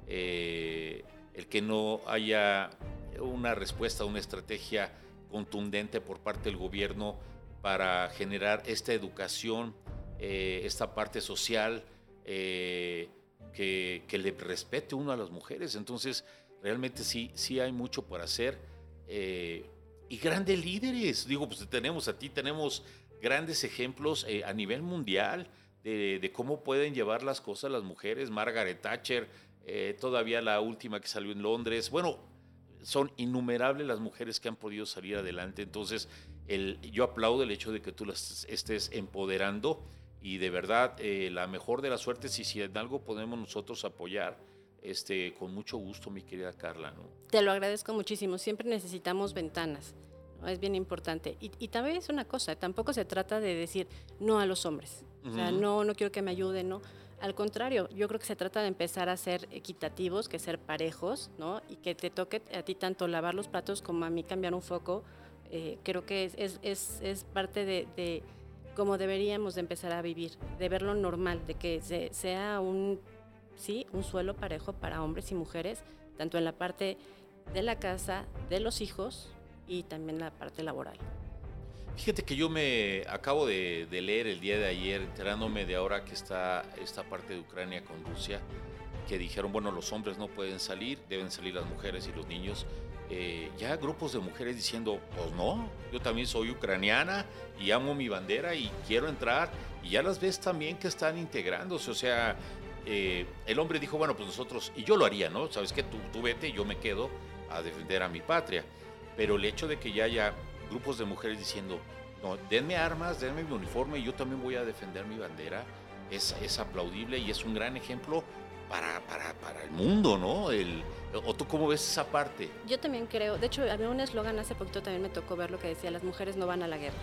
el que no haya una respuesta, una estrategia contundente por parte del gobierno para generar esta educación, esta parte social, que le respete uno a las mujeres. Entonces, realmente sí hay mucho por hacer, y grandes líderes. Digo, pues tenemos grandes ejemplos a nivel mundial de cómo pueden llevar las cosas las mujeres. Margaret Thatcher, todavía la última que salió en Londres. Bueno, son innumerables las mujeres que han podido salir adelante. Entonces, yo aplaudo el hecho de que tú las estés empoderando, y de verdad, la mejor de las suertes, y si en algo podemos nosotros apoyar, con mucho gusto, mi querida Carla, ¿no? Te lo agradezco muchísimo. Siempre necesitamos ventanas, ¿no? Es bien importante. Y también es una cosa, tampoco se trata de decir no a los hombres. O sea, no quiero que me ayuden, ¿no? Al contrario, yo creo que se trata de empezar a ser equitativos, que ser parejos, ¿no? Y que te toque a ti tanto lavar los platos como a mí cambiar un foco, Creo que es parte de cómo deberíamos de empezar a vivir, de verlo normal, de que sea un suelo parejo para hombres y mujeres, tanto en la parte de la casa, de los hijos y también la parte laboral. Fíjate que yo me acabo de leer el día de ayer, enterándome de ahora que está esta parte de Ucrania con Rusia, que dijeron, bueno, los hombres no pueden salir, deben salir las mujeres y los niños. Ya grupos de mujeres diciendo, pues no, yo también soy ucraniana y amo mi bandera y quiero entrar, y ya las ves también que están integrándose, o sea, el hombre dijo, bueno, pues nosotros, y yo lo haría, ¿no? Sabes que tú vete, yo me quedo a defender a mi patria, pero el hecho de que ya haya grupos de mujeres diciendo, no, denme armas, denme mi uniforme y yo también voy a defender mi bandera, es aplaudible y es un gran ejemplo para el mundo, ¿no? ¿O tú cómo ves esa parte? Yo también creo, de hecho había un eslogan hace poquito, también me tocó ver lo que decía, las mujeres no van a la guerra.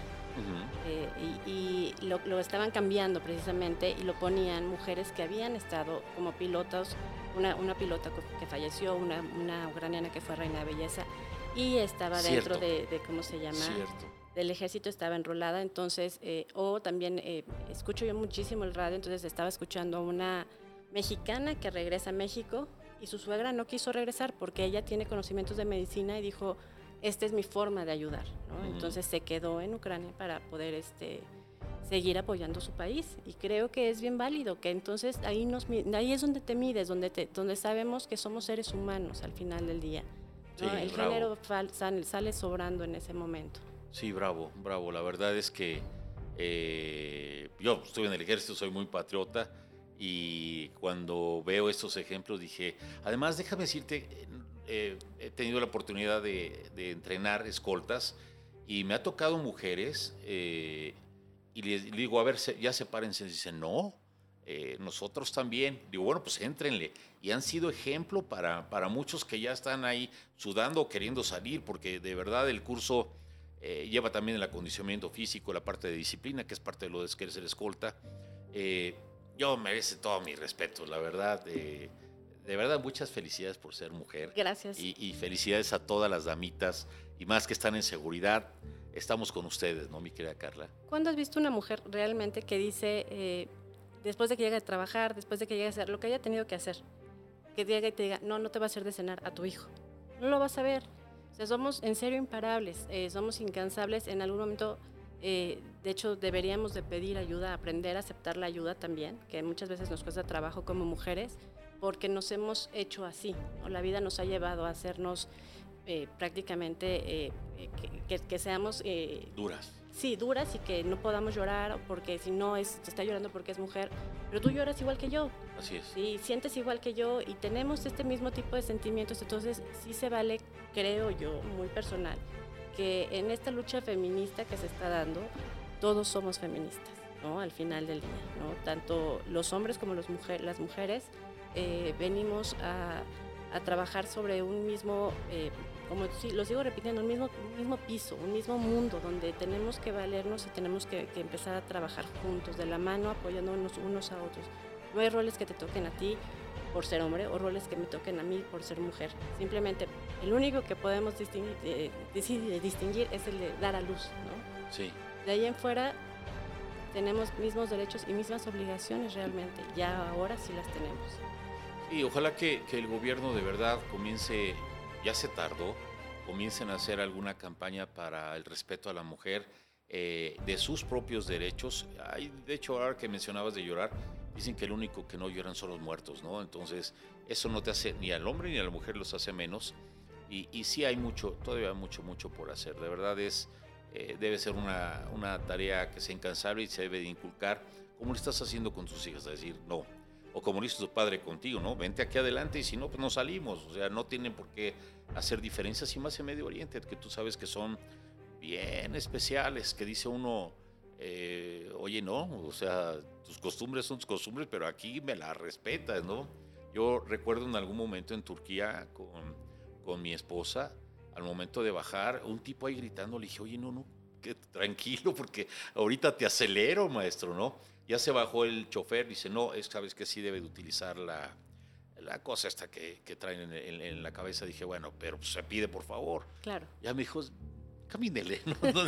Y lo estaban cambiando precisamente y lo ponían mujeres que habían estado como pilotos, una pilota que falleció, una ucraniana que fue reina de belleza y estaba dentro de ¿cómo se llama? Cierto. Del ejército, estaba enrolada, entonces, o también escucho yo muchísimo el radio, entonces estaba escuchando a una mexicana que regresa a México y su suegra no quiso regresar porque ella tiene conocimientos de medicina y dijo, esta es mi forma de ayudar, ¿no? Entonces se quedó en Ucrania para poder seguir apoyando su país y creo que es bien válido, que entonces ahí es donde te mides, donde sabemos que somos seres humanos al final del día, ¿no? Sí, el bravo. género sale sobrando en ese momento. Sí, bravo, la verdad es que yo estuve en el ejército, soy muy patriota y cuando veo estos ejemplos dije, además déjame decirte, he tenido la oportunidad de entrenar escoltas y me ha tocado mujeres y les digo, a ver, ya sepárense, dicen, no, nosotros también. Digo, bueno, pues éntrenle. Y han sido ejemplo para muchos que ya están ahí sudando o queriendo salir, porque de verdad el curso lleva también el acondicionamiento físico, la parte de disciplina, que es parte de lo de ser escolta. Yo merece todo mi respeto, la verdad. De verdad, muchas felicidades por ser mujer. Gracias. Y felicidades a todas las damitas, y más que están en seguridad. Estamos con ustedes, ¿no, mi querida Carla? ¿Cuándo has visto una mujer realmente que dice, después de que llegue a trabajar, después de que llegue a hacer lo que haya tenido que hacer, que llegue y te diga, no te va a hacer de cenar a tu hijo? No lo vas a ver. O sea, somos en serio imparables, somos incansables. En algún momento, de hecho, deberíamos de pedir ayuda, aprender a aceptar la ayuda también, que muchas veces nos cuesta trabajo como mujeres, porque nos hemos hecho así, ¿no? La vida nos ha llevado a hacernos prácticamente que seamos Duras. Sí, duras y que no podamos llorar porque si no se está llorando porque es mujer, pero tú lloras igual que yo. Así es. Sí, sientes igual que yo y tenemos este mismo tipo de sentimientos, entonces sí se vale, creo yo, muy personal, que en esta lucha feminista que se está dando, todos somos feministas, ¿no? Al final del día, ¿no? Tanto los hombres como las mujeres venimos a trabajar sobre un mismo, como lo sigo repitiendo, un mismo piso, un mismo mundo donde tenemos que valernos y tenemos que empezar a trabajar juntos, de la mano, apoyándonos unos a otros. No hay roles que te toquen a ti por ser hombre o roles que me toquen a mí por ser mujer. Simplemente el único que podemos distinguir es el de dar a luz, ¿no? Sí. De ahí en fuera tenemos mismos derechos y mismas obligaciones realmente. Ya ahora sí las tenemos. Y ojalá que el gobierno de verdad comience, ya se tardó, comiencen a hacer alguna campaña para el respeto a la mujer, de sus propios derechos. De hecho, ahora que mencionabas de llorar, dicen que el único que no lloran son los muertos, ¿no? Entonces, eso no te hace ni al hombre ni a la mujer los hace menos. Y sí hay todavía mucho por hacer. De verdad debe ser una tarea que sea incansable y se debe de inculcar, como lo estás haciendo con tus hijas, es decir, no. O como lo hizo tu padre contigo, ¿no? Vente aquí adelante y si no, pues no salimos. O sea, no tienen por qué hacer diferencias, y más en Medio Oriente, que tú sabes que son bien especiales, que dice uno, oye, no, o sea, tus costumbres son tus costumbres, pero aquí me las respetas, ¿no? Yo recuerdo en algún momento en Turquía con mi esposa, al momento de bajar, un tipo ahí gritando, le dije, oye, no, que tranquilo, porque ahorita te acelero, maestro, ¿no? Ya se bajó el chofer, dice, no, sabes que sí debe de utilizar la cosa esta que traen en la cabeza. Dije, bueno, pero pues, se pide por favor. Claro. Ya me dijo, camínele.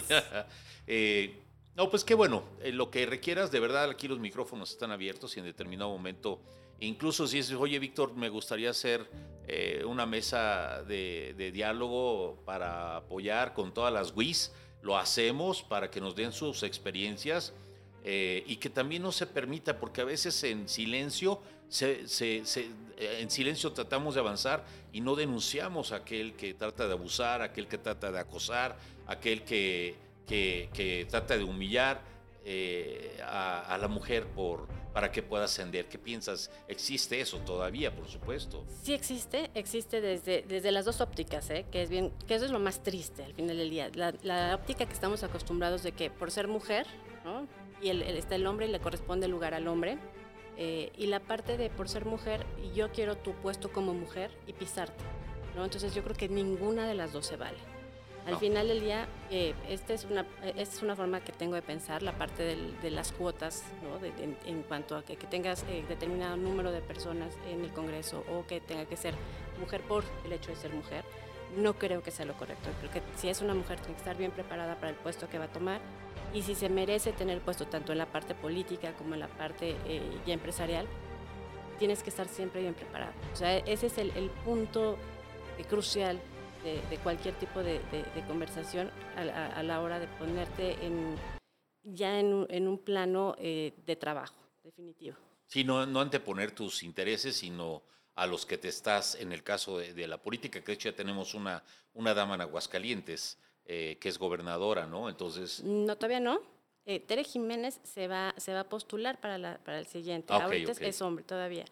No, pues qué bueno, lo que requieras, de verdad, aquí los micrófonos están abiertos y en determinado momento, incluso si dices, oye, Víctor, me gustaría hacer una mesa de diálogo para apoyar con todas las WIS, lo hacemos para que nos den sus experiencias y que también no se permita, porque a veces en silencio, en silencio tratamos de avanzar y no denunciamos a aquel que trata de abusar, a aquel que trata de acosar, a aquel que trata de humillar a la mujer para que pueda ascender. ¿Qué piensas? ¿Existe eso todavía, por supuesto? Sí existe desde las dos ópticas, que eso es lo más triste al final del día. La óptica que estamos acostumbrados de que por ser mujer, ¿no? Y está el hombre y le corresponde el lugar al hombre, y la parte de por ser mujer y yo quiero tu puesto como mujer y pisarte, ¿no? Entonces yo creo que ninguna de las dos se vale. Al final del día, esta es una forma que tengo de pensar, la parte de las cuotas, ¿no? En cuanto a que tengas determinado número de personas en el Congreso o que tenga que ser mujer por el hecho de ser mujer. No creo que sea lo correcto. Creo que si es una mujer tiene que estar bien preparada para el puesto que va a tomar y si se merece tener puesto tanto en la parte política como en la parte ya empresarial, tienes que estar siempre bien preparada. O sea, ese es el punto crucial de cualquier tipo de conversación a la hora de ponerte en un plano de trabajo, definitivo. Sí, no anteponer tus intereses, sino a los que te estás, en el caso de la política, que de hecho ya tenemos una dama en Aguascalientes, que es gobernadora, ¿no? Entonces... No, todavía no. Tere Jiménez se va a postular para el siguiente. Ahorita es hombre todavía.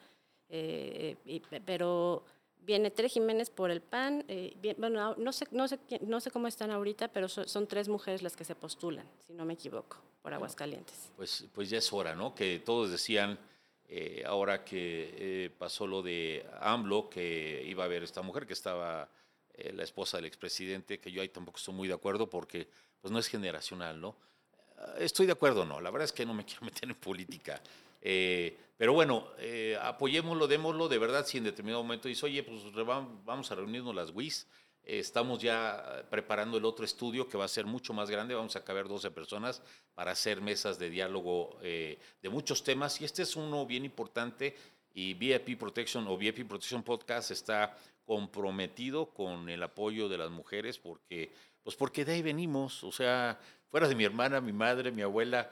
Pero viene Tere Jiménez por el PAN. Bueno, no sé cómo están ahorita, pero son 3 mujeres las que se postulan, si no me equivoco, por Aguascalientes. Pues ya es hora, ¿no? Que todos decían... ahora que pasó lo de AMLO, que iba a haber esta mujer que estaba la esposa del expresidente, que yo ahí tampoco estoy muy de acuerdo porque pues no es generacional, ¿no? Estoy de acuerdo, no, la verdad es que no me quiero meter en política, pero bueno, apoyémoslo, démoslo, de verdad, si en determinado momento dice, oye, pues vamos a reunirnos las WIS, estamos ya preparando el otro estudio que va a ser mucho más grande, vamos a caber 12 personas para hacer mesas de diálogo de muchos temas y este es uno bien importante y VIP Protection o VIP Protection Podcast está comprometido con el apoyo de las mujeres porque de ahí venimos, o sea, fuera de mi hermana, mi madre, mi abuela,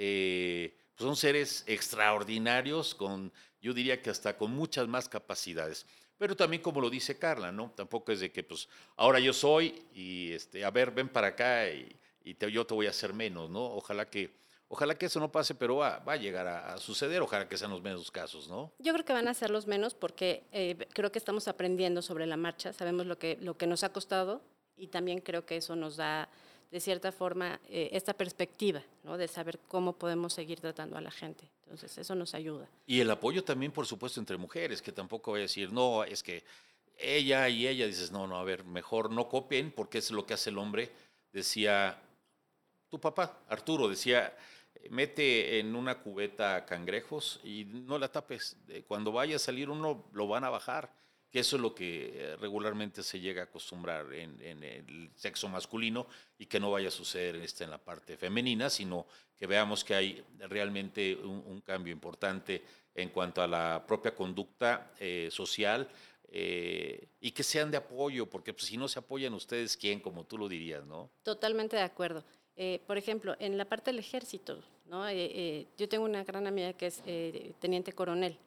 pues son seres extraordinarios yo diría que hasta con muchas más capacidades. Pero también como lo dice Carla, ¿no? Tampoco es de que pues ahora yo soy y a ver, ven para acá y yo te voy a hacer menos, ¿no? Ojalá que eso no pase, pero va a llegar a suceder, ojalá que sean los menos casos, ¿no? Yo creo que van a ser los menos porque creo que estamos aprendiendo sobre la marcha, sabemos lo que nos ha costado y también creo que eso nos da de cierta forma esta perspectiva, ¿no? De saber cómo podemos seguir tratando a la gente. Entonces, eso nos ayuda. Y el apoyo también, por supuesto, entre mujeres, que tampoco voy a decir, no, es que ella y ella, dices, no, a ver, mejor no copien, porque es lo que hace el hombre. Decía, tu papá, Arturo, decía, mete en una cubeta cangrejos y no la tapes. Cuando vaya a salir uno, lo van a bajar. Que eso es lo que regularmente se llega a acostumbrar en el sexo masculino y que no vaya a suceder en la parte femenina, sino que veamos que hay realmente un cambio importante en cuanto a la propia conducta social y que sean de apoyo, porque pues, si no se apoyan ustedes, ¿quién? Como tú lo dirías, ¿no? Totalmente de acuerdo. Por ejemplo, en la parte del ejército, ¿no? Yo tengo una gran amiga que es teniente coronel.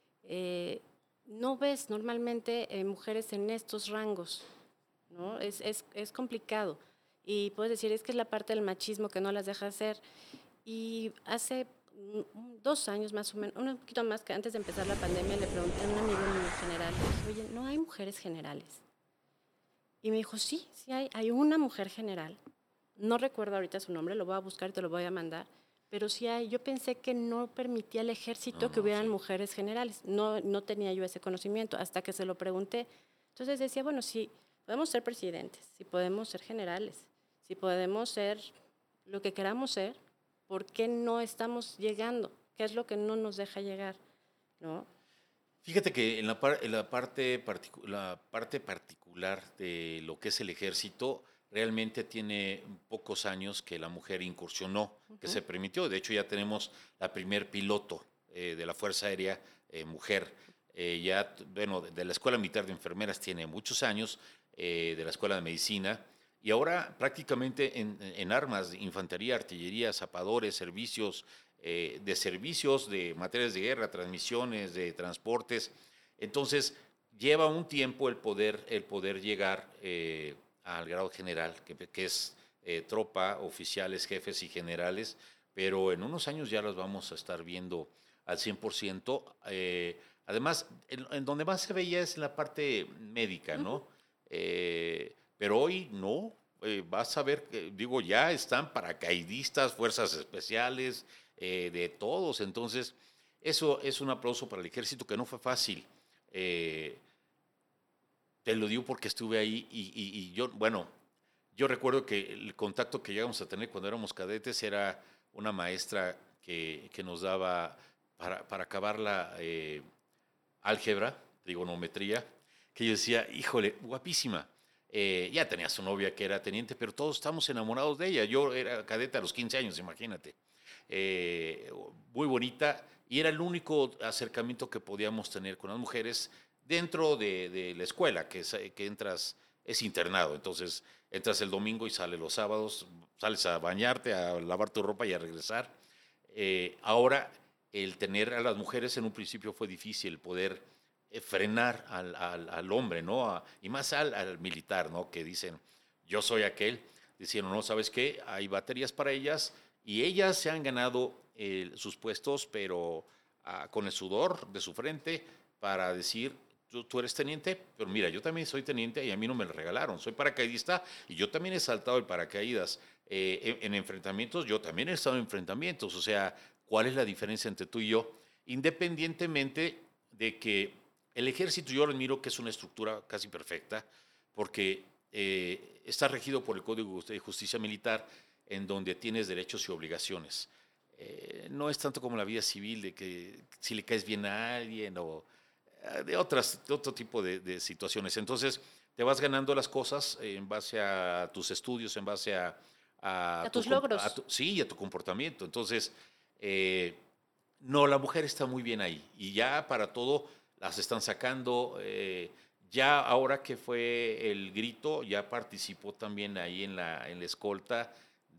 No ves normalmente mujeres en estos rangos, ¿no? Es complicado. Y puedes decir, es que es la parte del machismo que no las deja hacer. Y hace 2 años más o menos, un poquito más que antes de empezar la pandemia, le pregunté a un amigo mío general, le dije, oye, ¿no hay mujeres generales? Y me dijo, sí hay una mujer general. No recuerdo ahorita su nombre, lo voy a buscar y te lo voy a mandar. Pero sí yo pensé que no permitía el ejército que hubieran mujeres generales. No tenía yo ese conocimiento hasta que se lo pregunté. Entonces decía, bueno, si podemos ser presidentes, si podemos ser generales, si podemos ser lo que queramos ser, ¿por qué no estamos llegando? ¿Qué es lo que no nos deja llegar? ¿No? Fíjate que en la parte particular de lo que es el ejército, realmente tiene pocos años que la mujer incursionó, que se permitió. De hecho, ya tenemos la primer piloto de la Fuerza Aérea mujer. De la Escuela Militar de Enfermeras tiene muchos años, de la Escuela de Medicina, y ahora prácticamente en armas, infantería, artillería, zapadores, servicios, de materias de guerra, transmisiones, de transportes. Entonces, lleva un tiempo el poder llegar al grado general, que es tropa, oficiales, jefes y generales, pero en unos años ya las vamos a estar viendo al 100%. Además, en donde más se veía es en la parte médica, ¿no? Pero hoy no. Vas a ver, ya están paracaidistas, fuerzas especiales, de todos. Entonces, eso es un aplauso para el ejército, que no fue fácil. Te lo digo porque estuve ahí y yo recuerdo que el contacto que llegamos a tener cuando éramos cadetes era una maestra que nos daba para acabar la álgebra, trigonometría, que yo decía, híjole, guapísima. Ya tenía su novia que era teniente, pero todos estamos enamorados de ella. Yo era cadete a los 15 años, imagínate. Muy bonita, y era el único acercamiento que podíamos tener con las mujeres dentro de la escuela, que entras, es internado, entonces entras el domingo y sales los sábados, sales a bañarte, a lavar tu ropa y a regresar. Ahora, el tener a las mujeres en un principio fue difícil, poder frenar al hombre, ¿no? Y más al militar, ¿no? Que dicen, yo soy aquel. Diciendo, no, ¿sabes qué? Hay baterías para ellas y ellas se han ganado sus puestos, pero con el sudor de su frente, para decir, tú eres teniente, pero mira, yo también soy teniente y a mí no me lo regalaron. Soy paracaidista y yo también he saltado el paracaídas. En enfrentamientos, yo también he estado en enfrentamientos. O sea, ¿cuál es la diferencia entre tú y yo? Independientemente de que el ejército, yo lo admiro, que es una estructura casi perfecta, porque está regido por el Código de Justicia Militar, en donde tienes derechos y obligaciones. No es tanto como la vida civil, de que si le caes bien a alguien o de otro tipo de situaciones. Entonces, te vas ganando las cosas en base a tus estudios, en base a tus logros. Sí, a tu comportamiento. Entonces, no, la mujer está muy bien ahí. Y ya para todo las están sacando. Ya ahora que fue el grito, ya participó también ahí en la escolta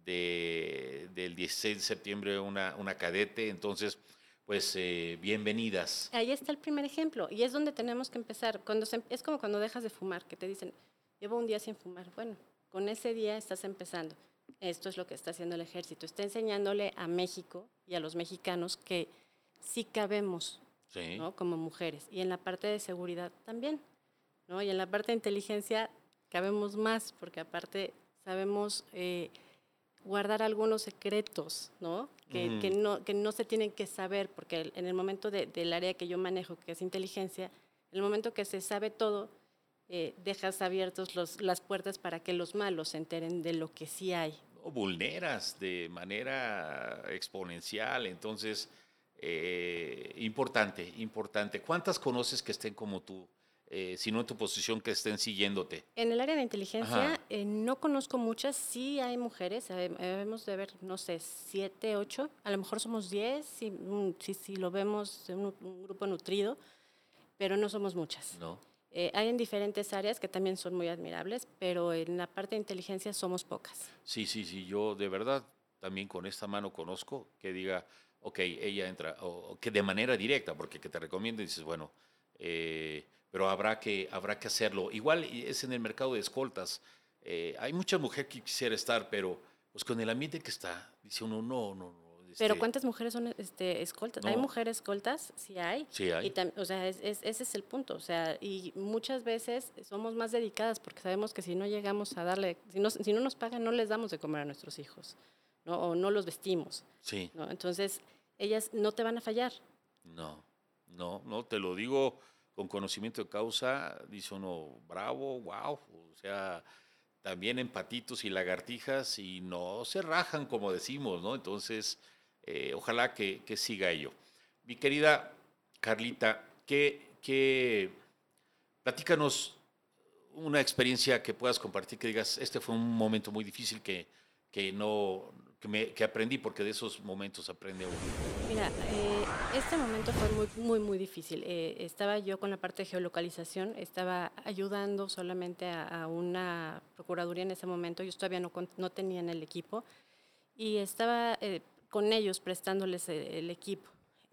del 16 de septiembre una cadete. Entonces, pues bienvenidas. Ahí está el primer ejemplo, y es donde tenemos que empezar. Es como cuando dejas de fumar, que te dicen, llevo un día sin fumar. Bueno, con ese día estás empezando. Esto es lo que está haciendo el ejército. Está enseñándole a México y a los mexicanos que sí cabemos, Sí. ¿no? Como mujeres. Y en la parte de seguridad también, ¿no? Y en la parte de inteligencia cabemos más, porque aparte sabemos guardar algunos secretos, ¿no? Que no se tienen que saber, porque en el momento del área que yo manejo, que es inteligencia, en el momento que se sabe todo, dejas abiertos las puertas para que los malos se enteren de lo que sí hay. O vulneras de manera exponencial. Entonces, importante. ¿Cuántas conoces que estén como tú? Si no en tu posición, que estén siguiéndote. En el área de inteligencia no conozco muchas, sí hay mujeres, debemos de ver, no sé, 7, 8, a lo mejor somos 10, si lo vemos en un grupo nutrido, pero no somos muchas. No. Hay en diferentes áreas que también son muy admirables, pero en la parte de inteligencia somos pocas. Sí, yo de verdad también con esta mano conozco que diga, ok, ella entra, o que de manera directa, porque que te recomiende, dices, bueno, pero habrá que hacerlo. Igual es en el mercado de escoltas. Hay mucha mujer que quisiera estar, pero pues con el ambiente que está, dice uno, no. Pero ¿cuántas mujeres son escoltas? No. ¿Hay mujeres escoltas? Sí hay. Sí hay. O sea, ese es el punto. O sea, y muchas veces somos más dedicadas porque sabemos que si no llegamos a darle, si no nos pagan, no les damos de comer a nuestros hijos, ¿no? O no los vestimos. Sí. ¿No? Entonces, ellas no te van a fallar. No, te lo digo con conocimiento de causa. Dice uno, bravo, wow. O sea, también en patitos y lagartijas, y no se rajan, como decimos, ¿no? Entonces, ojalá que siga ello. Mi querida Carlita, platícanos una experiencia que puedas compartir, que digas, este fue un momento muy difícil que aprendí, porque de esos momentos aprende uno. Mira, este momento fue muy difícil. Estaba yo con la parte de geolocalización, estaba ayudando solamente a una procuraduría en ese momento. Yo todavía no tenía en el equipo y estaba con ellos prestándoles el equipo.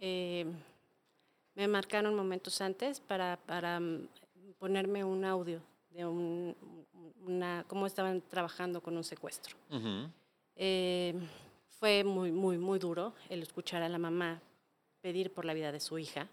Me marcaron momentos antes para ponerme un audio de cómo estaban trabajando con un secuestro. Uh-huh. Fue muy duro el escuchar a la mamá pedir por la vida de su hija,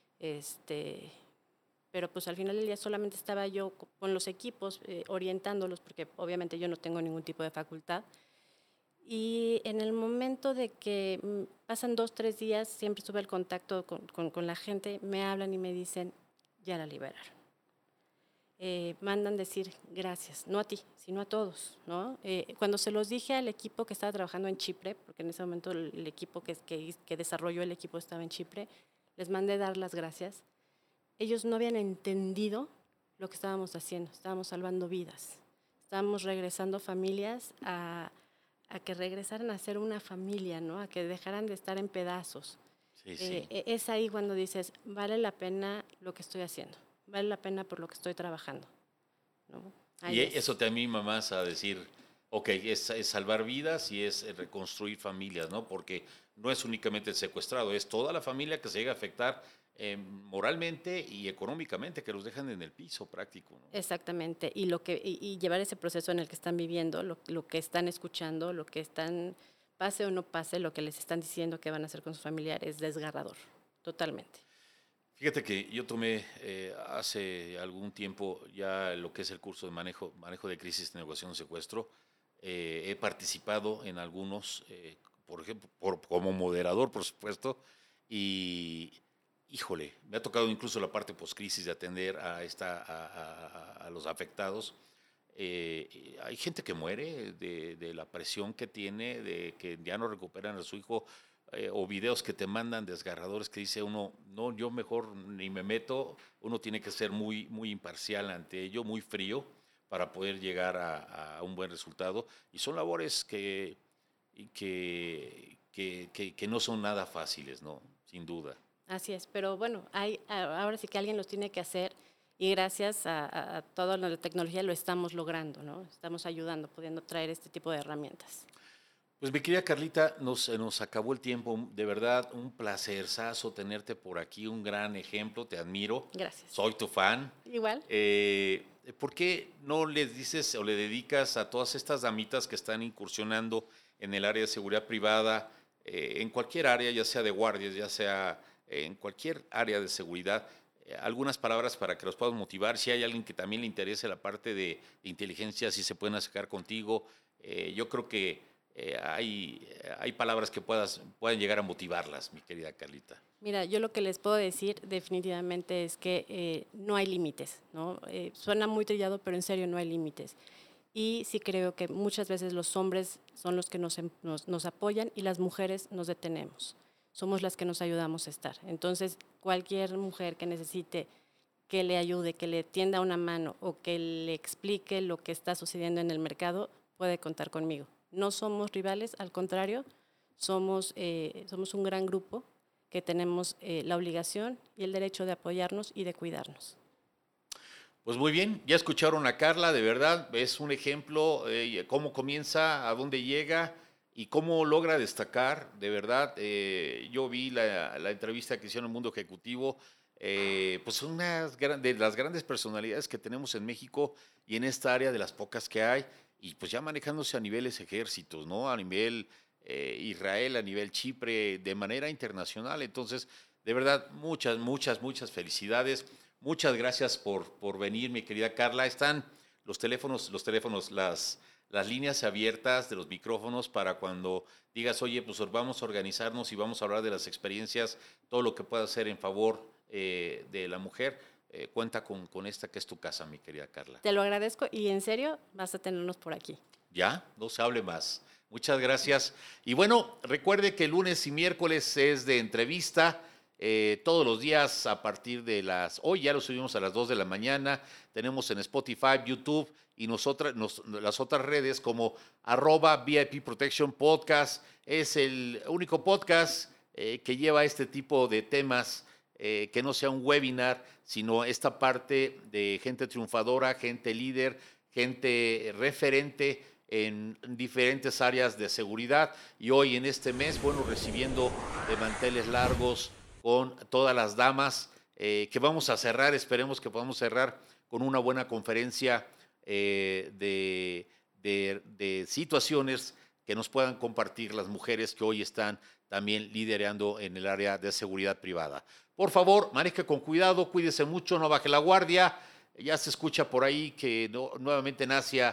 pero pues al final del día solamente estaba yo con los equipos orientándolos, porque obviamente yo no tengo ningún tipo de facultad. Y en el momento de que pasan 2-3 días, siempre sube el contacto con la gente, me hablan y me dicen, ya la liberaron. Mandan decir gracias, no a ti, sino a todos, ¿no? Cuando se los dije al equipo que estaba trabajando en Chipre, porque en ese momento el equipo que desarrolló el equipo estaba en Chipre, les mandé dar las gracias. Ellos no habían entendido lo que estábamos haciendo, estábamos salvando vidas, estábamos regresando familias a que regresaran a ser una familia, ¿no? A que dejaran de estar en pedazos. Sí. Es ahí cuando dices, vale la pena lo que estoy haciendo. Vale la pena por lo que estoy trabajando, ¿no? Y eso te anima más a decir, ok, es salvar vidas y es reconstruir familias, ¿no? Porque no es únicamente el secuestrado, es toda la familia que se llega a afectar moralmente y económicamente, que los dejan en el piso práctico, ¿no? Exactamente, y llevar ese proceso en el que están viviendo, lo que están escuchando, lo que están, pase o no pase, lo que les están diciendo que van a hacer con sus familiares, es desgarrador, totalmente. Fíjate que yo tomé hace algún tiempo ya lo que es el curso de manejo de crisis, negociación, secuestro. He participado en algunos, por ejemplo, como moderador, por supuesto, y híjole, me ha tocado incluso la parte post-crisis de atender a los afectados. Hay gente que muere de la presión que tiene, de que ya no recuperan a su hijo, o videos que te mandan desgarradores que dice uno, no, yo mejor ni me meto. Uno tiene que ser muy imparcial ante ello, muy frío, para poder llegar a un buen resultado. Y son labores que no son nada fáciles, ¿no? Sin duda. Así es, pero bueno, ahora sí que alguien los tiene que hacer, y gracias a toda la tecnología lo estamos logrando, ¿no? Estamos ayudando, pudiendo traer este tipo de herramientas. Pues mi querida Carlita, nos acabó el tiempo. De verdad, un placerzazo tenerte por aquí, un gran ejemplo, te admiro. Gracias. Soy tu fan. Igual. ¿Por qué no les dices o le dedicas a todas estas damitas que están incursionando en el área de seguridad privada, en cualquier área, ya sea de guardias, ya sea en cualquier área de seguridad, algunas palabras para que los puedan motivar? Si hay alguien que también le interese la parte de inteligencia, si se pueden acercar contigo, yo creo que hay palabras que puedan llegar a motivarlas, mi querida Carlita. Mira, yo lo que les puedo decir definitivamente es que no hay límites, ¿no? Suena muy trillado, pero en serio no hay límites. Y sí creo que muchas veces los hombres son los que nos apoyan y las mujeres nos detenemos. Somos las que nos ayudamos a estar. Entonces, cualquier mujer que necesite que le ayude, que le tienda una mano o que le explique lo que está sucediendo en el mercado, puede contar conmigo. No somos rivales, al contrario, somos un gran grupo que tenemos la obligación y el derecho de apoyarnos y de cuidarnos. Pues muy bien, ya escucharon a Carla, de verdad, es un ejemplo cómo comienza, a dónde llega y cómo logra destacar, de verdad. Yo vi la entrevista que hicieron en Mundo Ejecutivo, pues son de las grandes personalidades que tenemos en México y en esta área, de las pocas que hay, y pues ya manejándose a niveles ejércitos, ¿no? A nivel Israel, a nivel Chipre, de manera internacional. Entonces, de verdad, muchas felicidades. Muchas gracias por venir, mi querida Carla. Están los teléfonos, las líneas abiertas de los micrófonos para cuando digas, oye, pues vamos a organizarnos y vamos a hablar de las experiencias, todo lo que pueda hacer en favor de la mujer. Cuenta con esta que es tu casa, mi querida Carla. Te lo agradezco y en serio vas a tenernos por aquí. Ya, no se hable más. Muchas gracias. Y bueno, recuerde que lunes y miércoles es de entrevista todos los días a partir de hoy ya lo subimos a las 2 de la mañana, tenemos en Spotify, YouTube y las otras redes como @VIP Protection Podcast. Es el único podcast que lleva este tipo de temas, que no sea un webinar, sino esta parte de gente triunfadora, gente líder, gente referente en diferentes áreas de seguridad. Y hoy en este mes, bueno, recibiendo de manteles largos con todas las damas, que vamos a cerrar, esperemos que podamos cerrar con una buena conferencia de situaciones que nos puedan compartir las mujeres que hoy están también liderando en el área de seguridad privada. Por favor, maneje con cuidado, cuídese mucho, no baje la guardia. Ya se escucha por ahí que nuevamente en Asia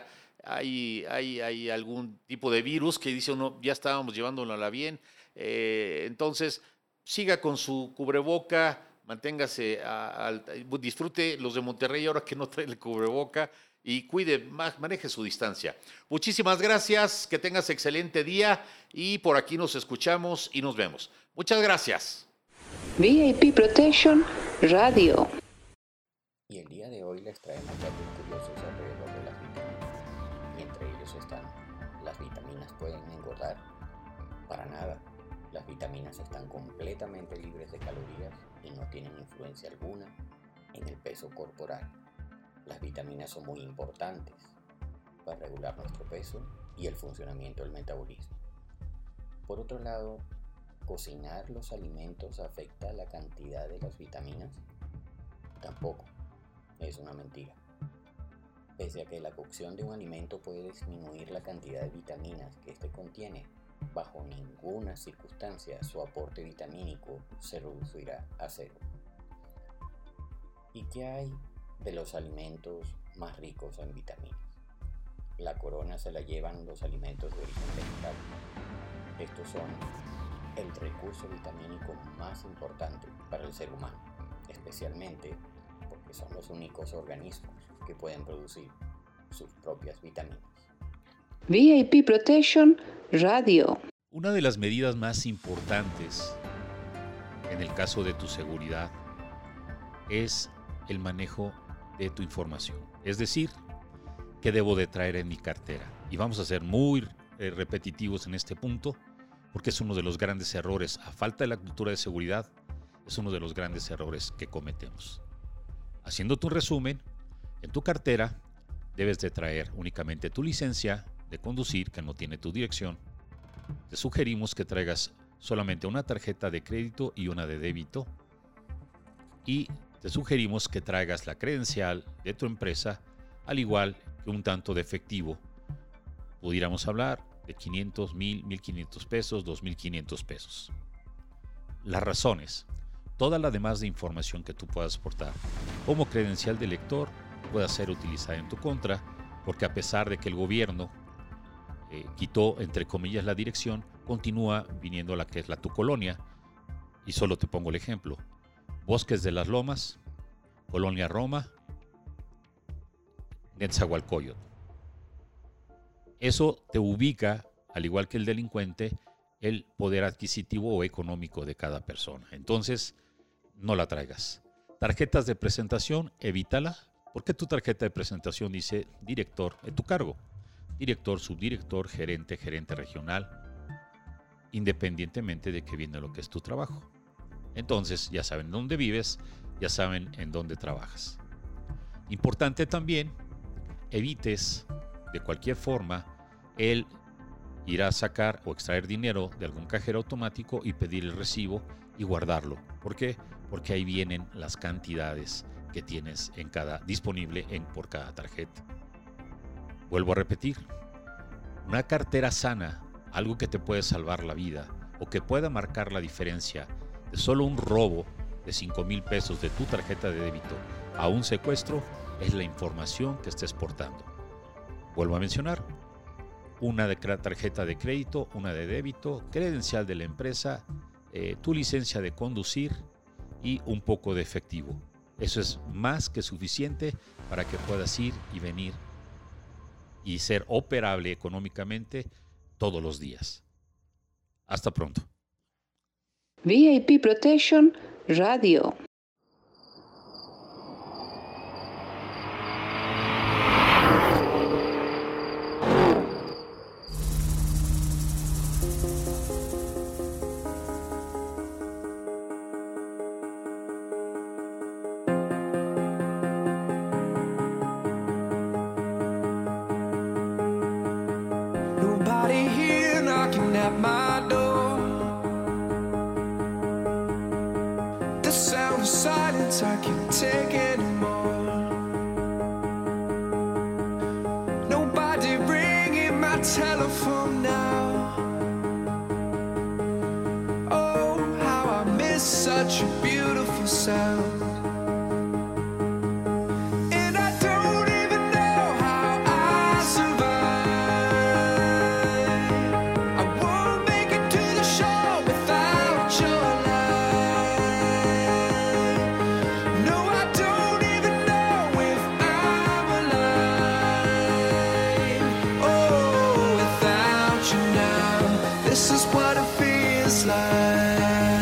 hay algún tipo de virus que dice uno, ya estábamos llevándola bien. Entonces, siga con su cubreboca, manténgase, disfrute los de Monterrey ahora que no traen el cubreboca y maneje su distancia. Muchísimas gracias, que tengas excelente día y por aquí nos escuchamos y nos vemos. Muchas gracias. VIP Protection Radio. Y el día de hoy les traemos datos curiosos alrededor de las vitaminas. Y entre ellos están: ¿las vitaminas pueden engordar? Para nada. Las vitaminas están completamente libres de calorías y no tienen influencia alguna en el peso corporal. Las vitaminas son muy importantes para regular nuestro peso y el funcionamiento del metabolismo. Por otro lado, ¿cocinar los alimentos afecta la cantidad de las vitaminas? Tampoco, es una mentira. Pese a que la cocción de un alimento puede disminuir la cantidad de vitaminas que éste contiene, bajo ninguna circunstancia su aporte vitamínico se reducirá a cero. ¿Y qué hay de los alimentos más ricos en vitaminas? La corona se la llevan los alimentos de origen vegetal. Estos son el recurso vitamínico más importante para el ser humano, especialmente porque son los únicos organismos que pueden producir sus propias vitaminas. VIP Protection Radio. Una de las medidas más importantes en el caso de tu seguridad es el manejo de tu información. Es decir, ¿qué debo de traer en mi cartera? Y vamos a ser muy repetitivos en este punto, porque es uno de los grandes errores, a falta de la cultura de seguridad, es uno de los grandes errores que cometemos. Haciendo tu resumen, en tu cartera debes de traer únicamente tu licencia de conducir, que no tiene tu dirección. Te sugerimos que traigas solamente una tarjeta de crédito y una de débito. Y te sugerimos que traigas la credencial de tu empresa, al igual que un tanto de efectivo. Pudiéramos hablar de 500, 1000, 1500 pesos, 2500 pesos. Las razones: toda la demás de información que tú puedas aportar como credencial de lector pueda ser utilizada en tu contra, porque a pesar de que el gobierno quitó, entre comillas, la dirección, continúa viniendo la que es tu colonia. Y solo te pongo el ejemplo: Bosques de las Lomas, Colonia Roma, Netzahualcóyotl. Eso te ubica, al igual que el delincuente, el poder adquisitivo o económico de cada persona. Entonces, no la traigas. Tarjetas de presentación, evítala, porque tu tarjeta de presentación dice director en tu cargo. Director, subdirector, gerente, gerente regional, independientemente de que viene lo que es tu trabajo. Entonces, ya saben dónde vives, ya saben en dónde trabajas. Importante también, evites de cualquier forma el ir a sacar o extraer dinero de algún cajero automático y pedir el recibo y guardarlo. ¿Por qué? Porque ahí vienen las cantidades que tienes disponible por cada tarjeta. Vuelvo a repetir, una cartera sana, algo que te puede salvar la vida o que pueda marcar la diferencia de solo un robo de 5,000 pesos de tu tarjeta de débito a un secuestro, es la información que estés portando. Vuelvo a mencionar, una de tarjeta de crédito, una de débito, credencial de la empresa, tu licencia de conducir y un poco de efectivo. Eso es más que suficiente para que puedas ir y venir y ser operable económicamente todos los días. Hasta pronto. VIP Protection Radio. Nobody here knocking at my door. The sound of silence I can't take anymore. Nobody ringing my telephone now. Oh, how I miss such a beautiful sound. This is what it feels like.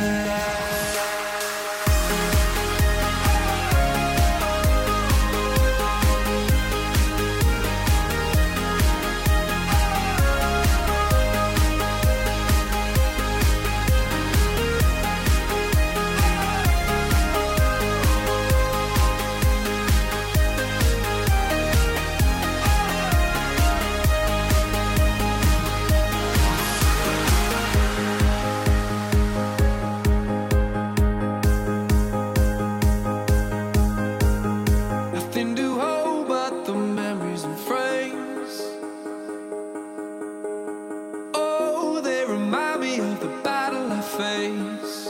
Nothing to hold but the memories and frames. Oh, they remind me of the battle I face.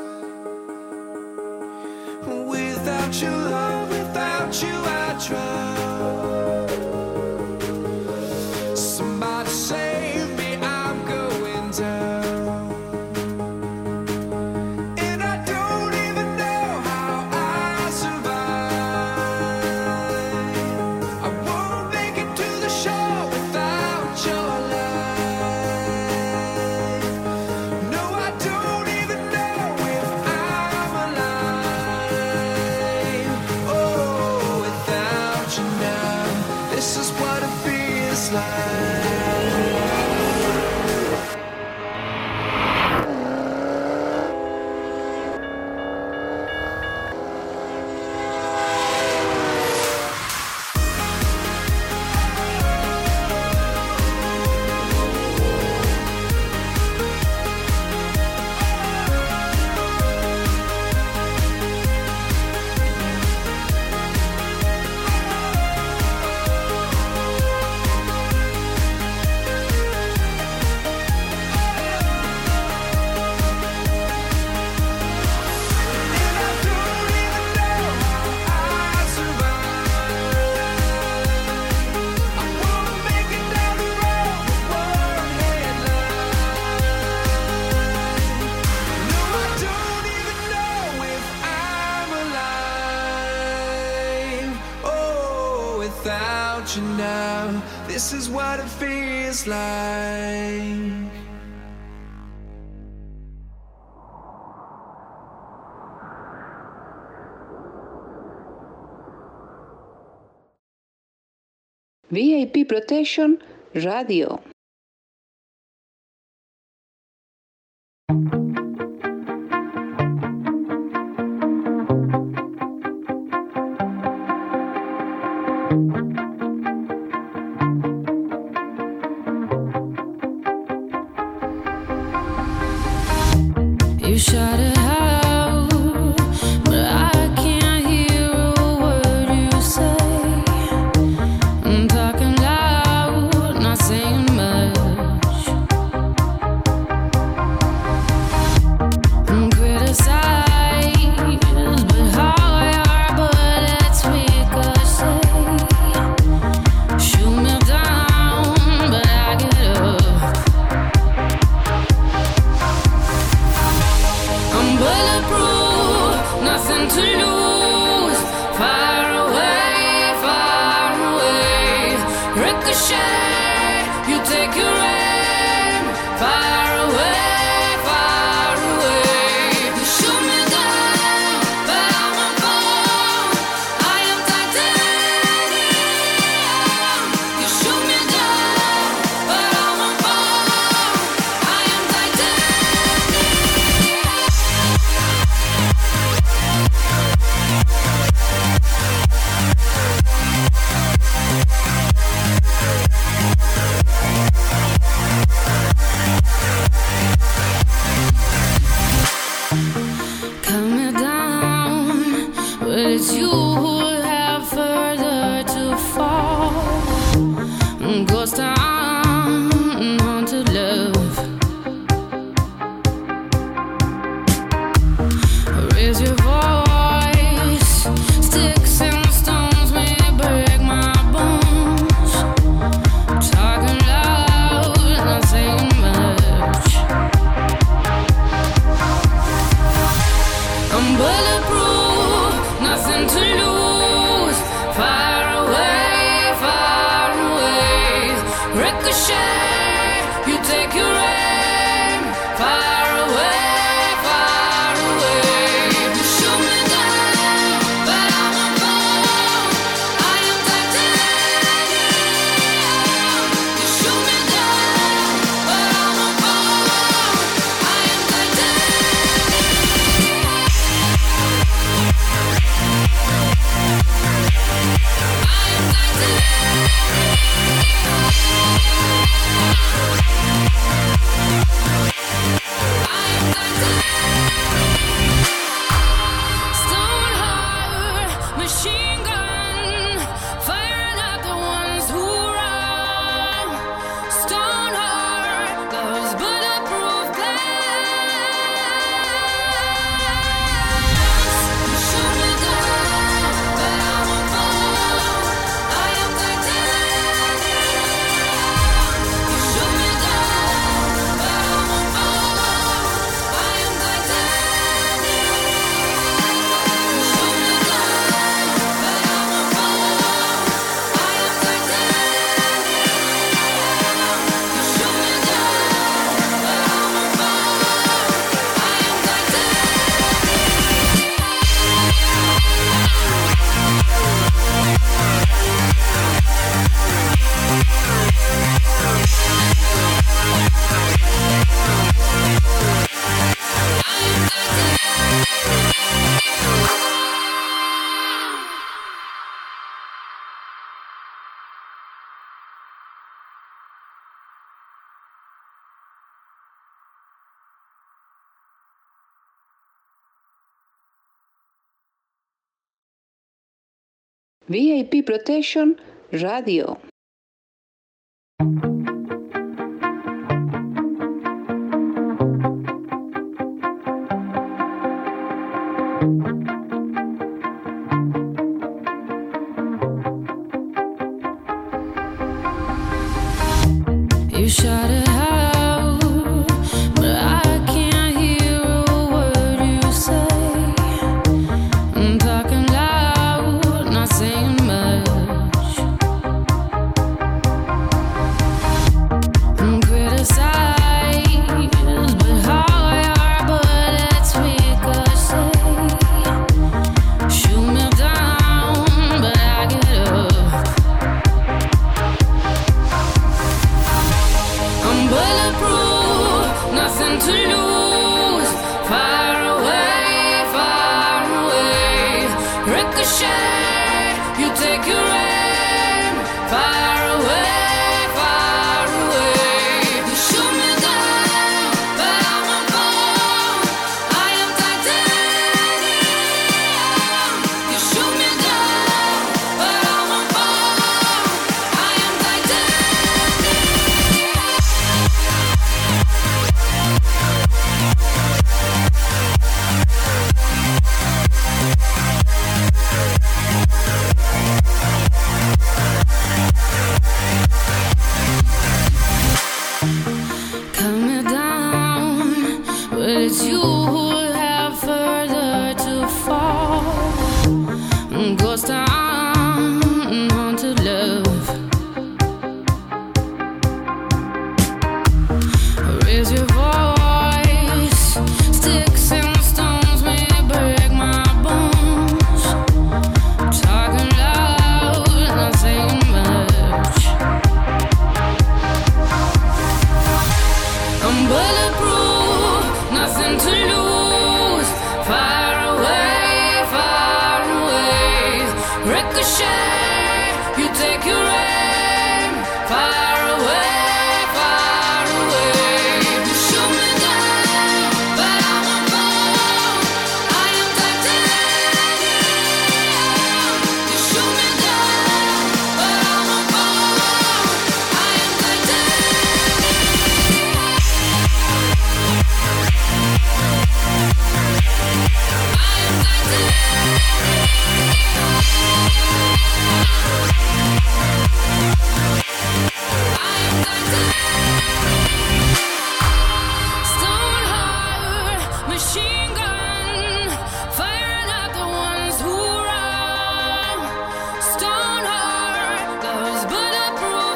Without your love, without you I drown. Somebody save me, I'm going down. And I don't even know how I survive. I won't make it to the shore without your light. No, I don't even know if I'm alive. Oh, without you now, this is what it feels like. Without you now, this is what it feels like. VIP Protection Radio. You shout it out, but I can't hear a word you say. I'm talking loud, not saying much. I'm criticized, but how your bullets ricochet. Shoot me down, but I get up. I'm bulletproof, nothing to lose. Far away, ricochet. You take your aim. Far away, you shoot me down. VIP Protection Radio. You shout it out, but I can't hear a word you say. I'm talking loud, not saying much. I'm criticized, but how your bullets ricochet. Shoot me down, but I get up. I'm bulletproof, nothing to lose. Far away, ricochet. You take your aim. Far away. You shoot me down, but I won't fall. I am titanium. You shoot me down, but I won't fall. I am titanium. Cut me down, but it's you who have further to fall. Ghost town, haunted love. Raise your voice, sticks and stones may break my bones. Talking loud, not saying much. I'm bulletproof, nothing to lose. Far away, ricochet. You take your aim. Far away. You shoot me down, but I won't fall. I am titanium. You shoot me down, but I won't fall. I am titanium. Stone heart, machine gun, firing at the ones who run. Stone heart, those bulletproof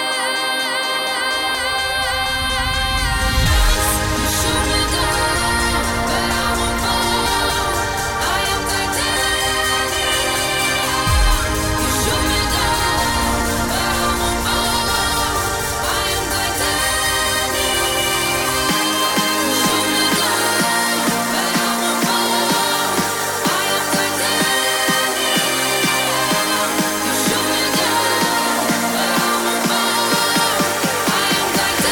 glass. You shoot me down, but I won't fall. I am titanium. You shoot me down, but I won't fall. I am titanium. You shoot me down, but I won't fall. I am titanium. You shoot me down, but I won't fall. I am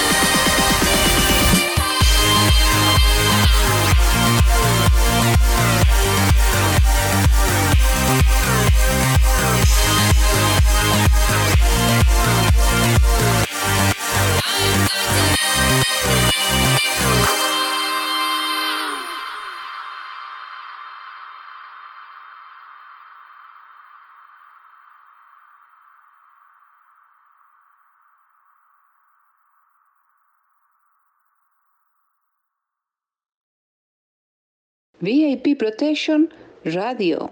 VIP Protection Radio.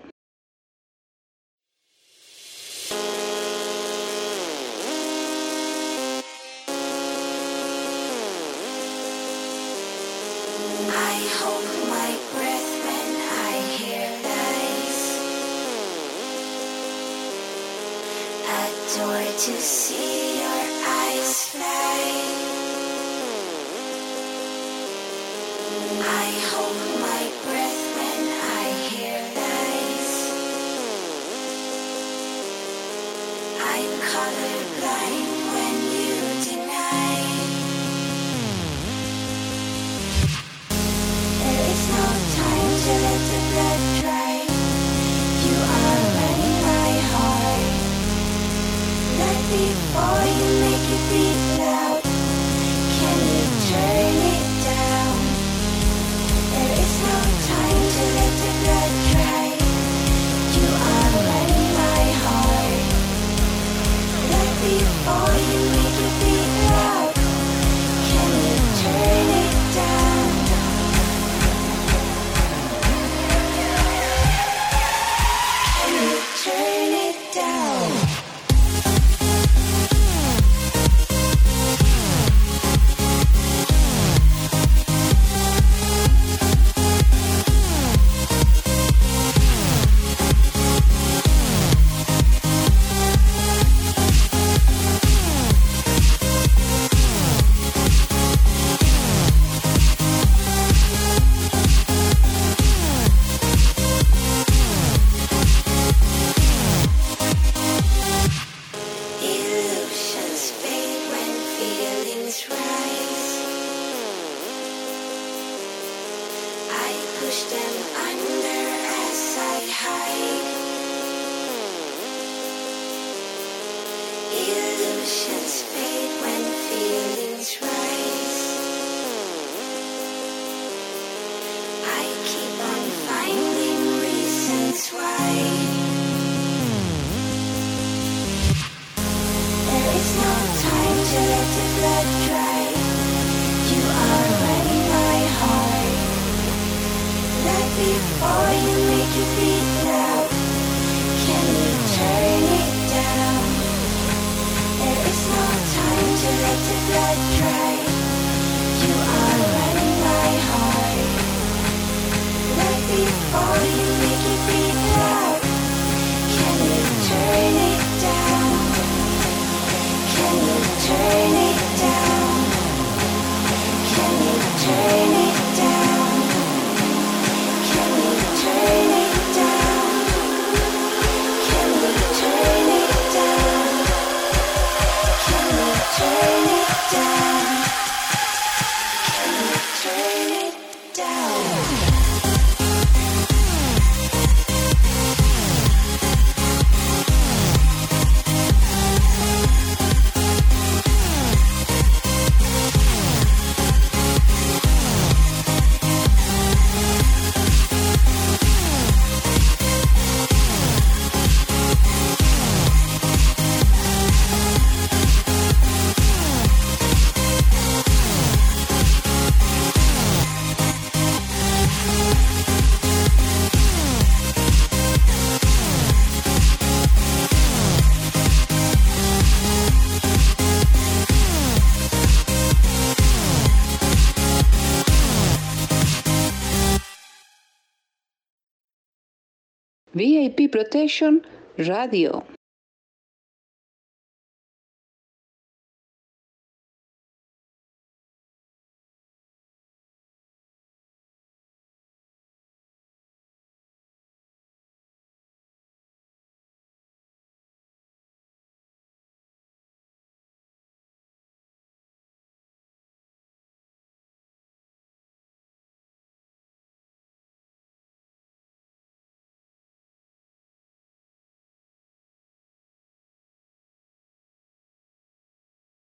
I hold my breath when I hear lies. Adore to see your eyes fly. I hold my breath when I hear lies. I'm colorblind when you deny. There is no time to let the blood dry. You are running my heart. push them under as I hide. Illusions fade when feelings rise. I keep on finding reasons why. There is no time to let the blood dry. You are running my heart. Right before you make it beat loud. Can you turn it down? There is no time to let the blood dry. You are running my heart. Right before you make it beat loud. Can you turn it down? Can you turn it down? Can you turn it down? Can you turn it down? Can you turn it down? Can you turn it down? Can you turn it down? VIP Protection Radio.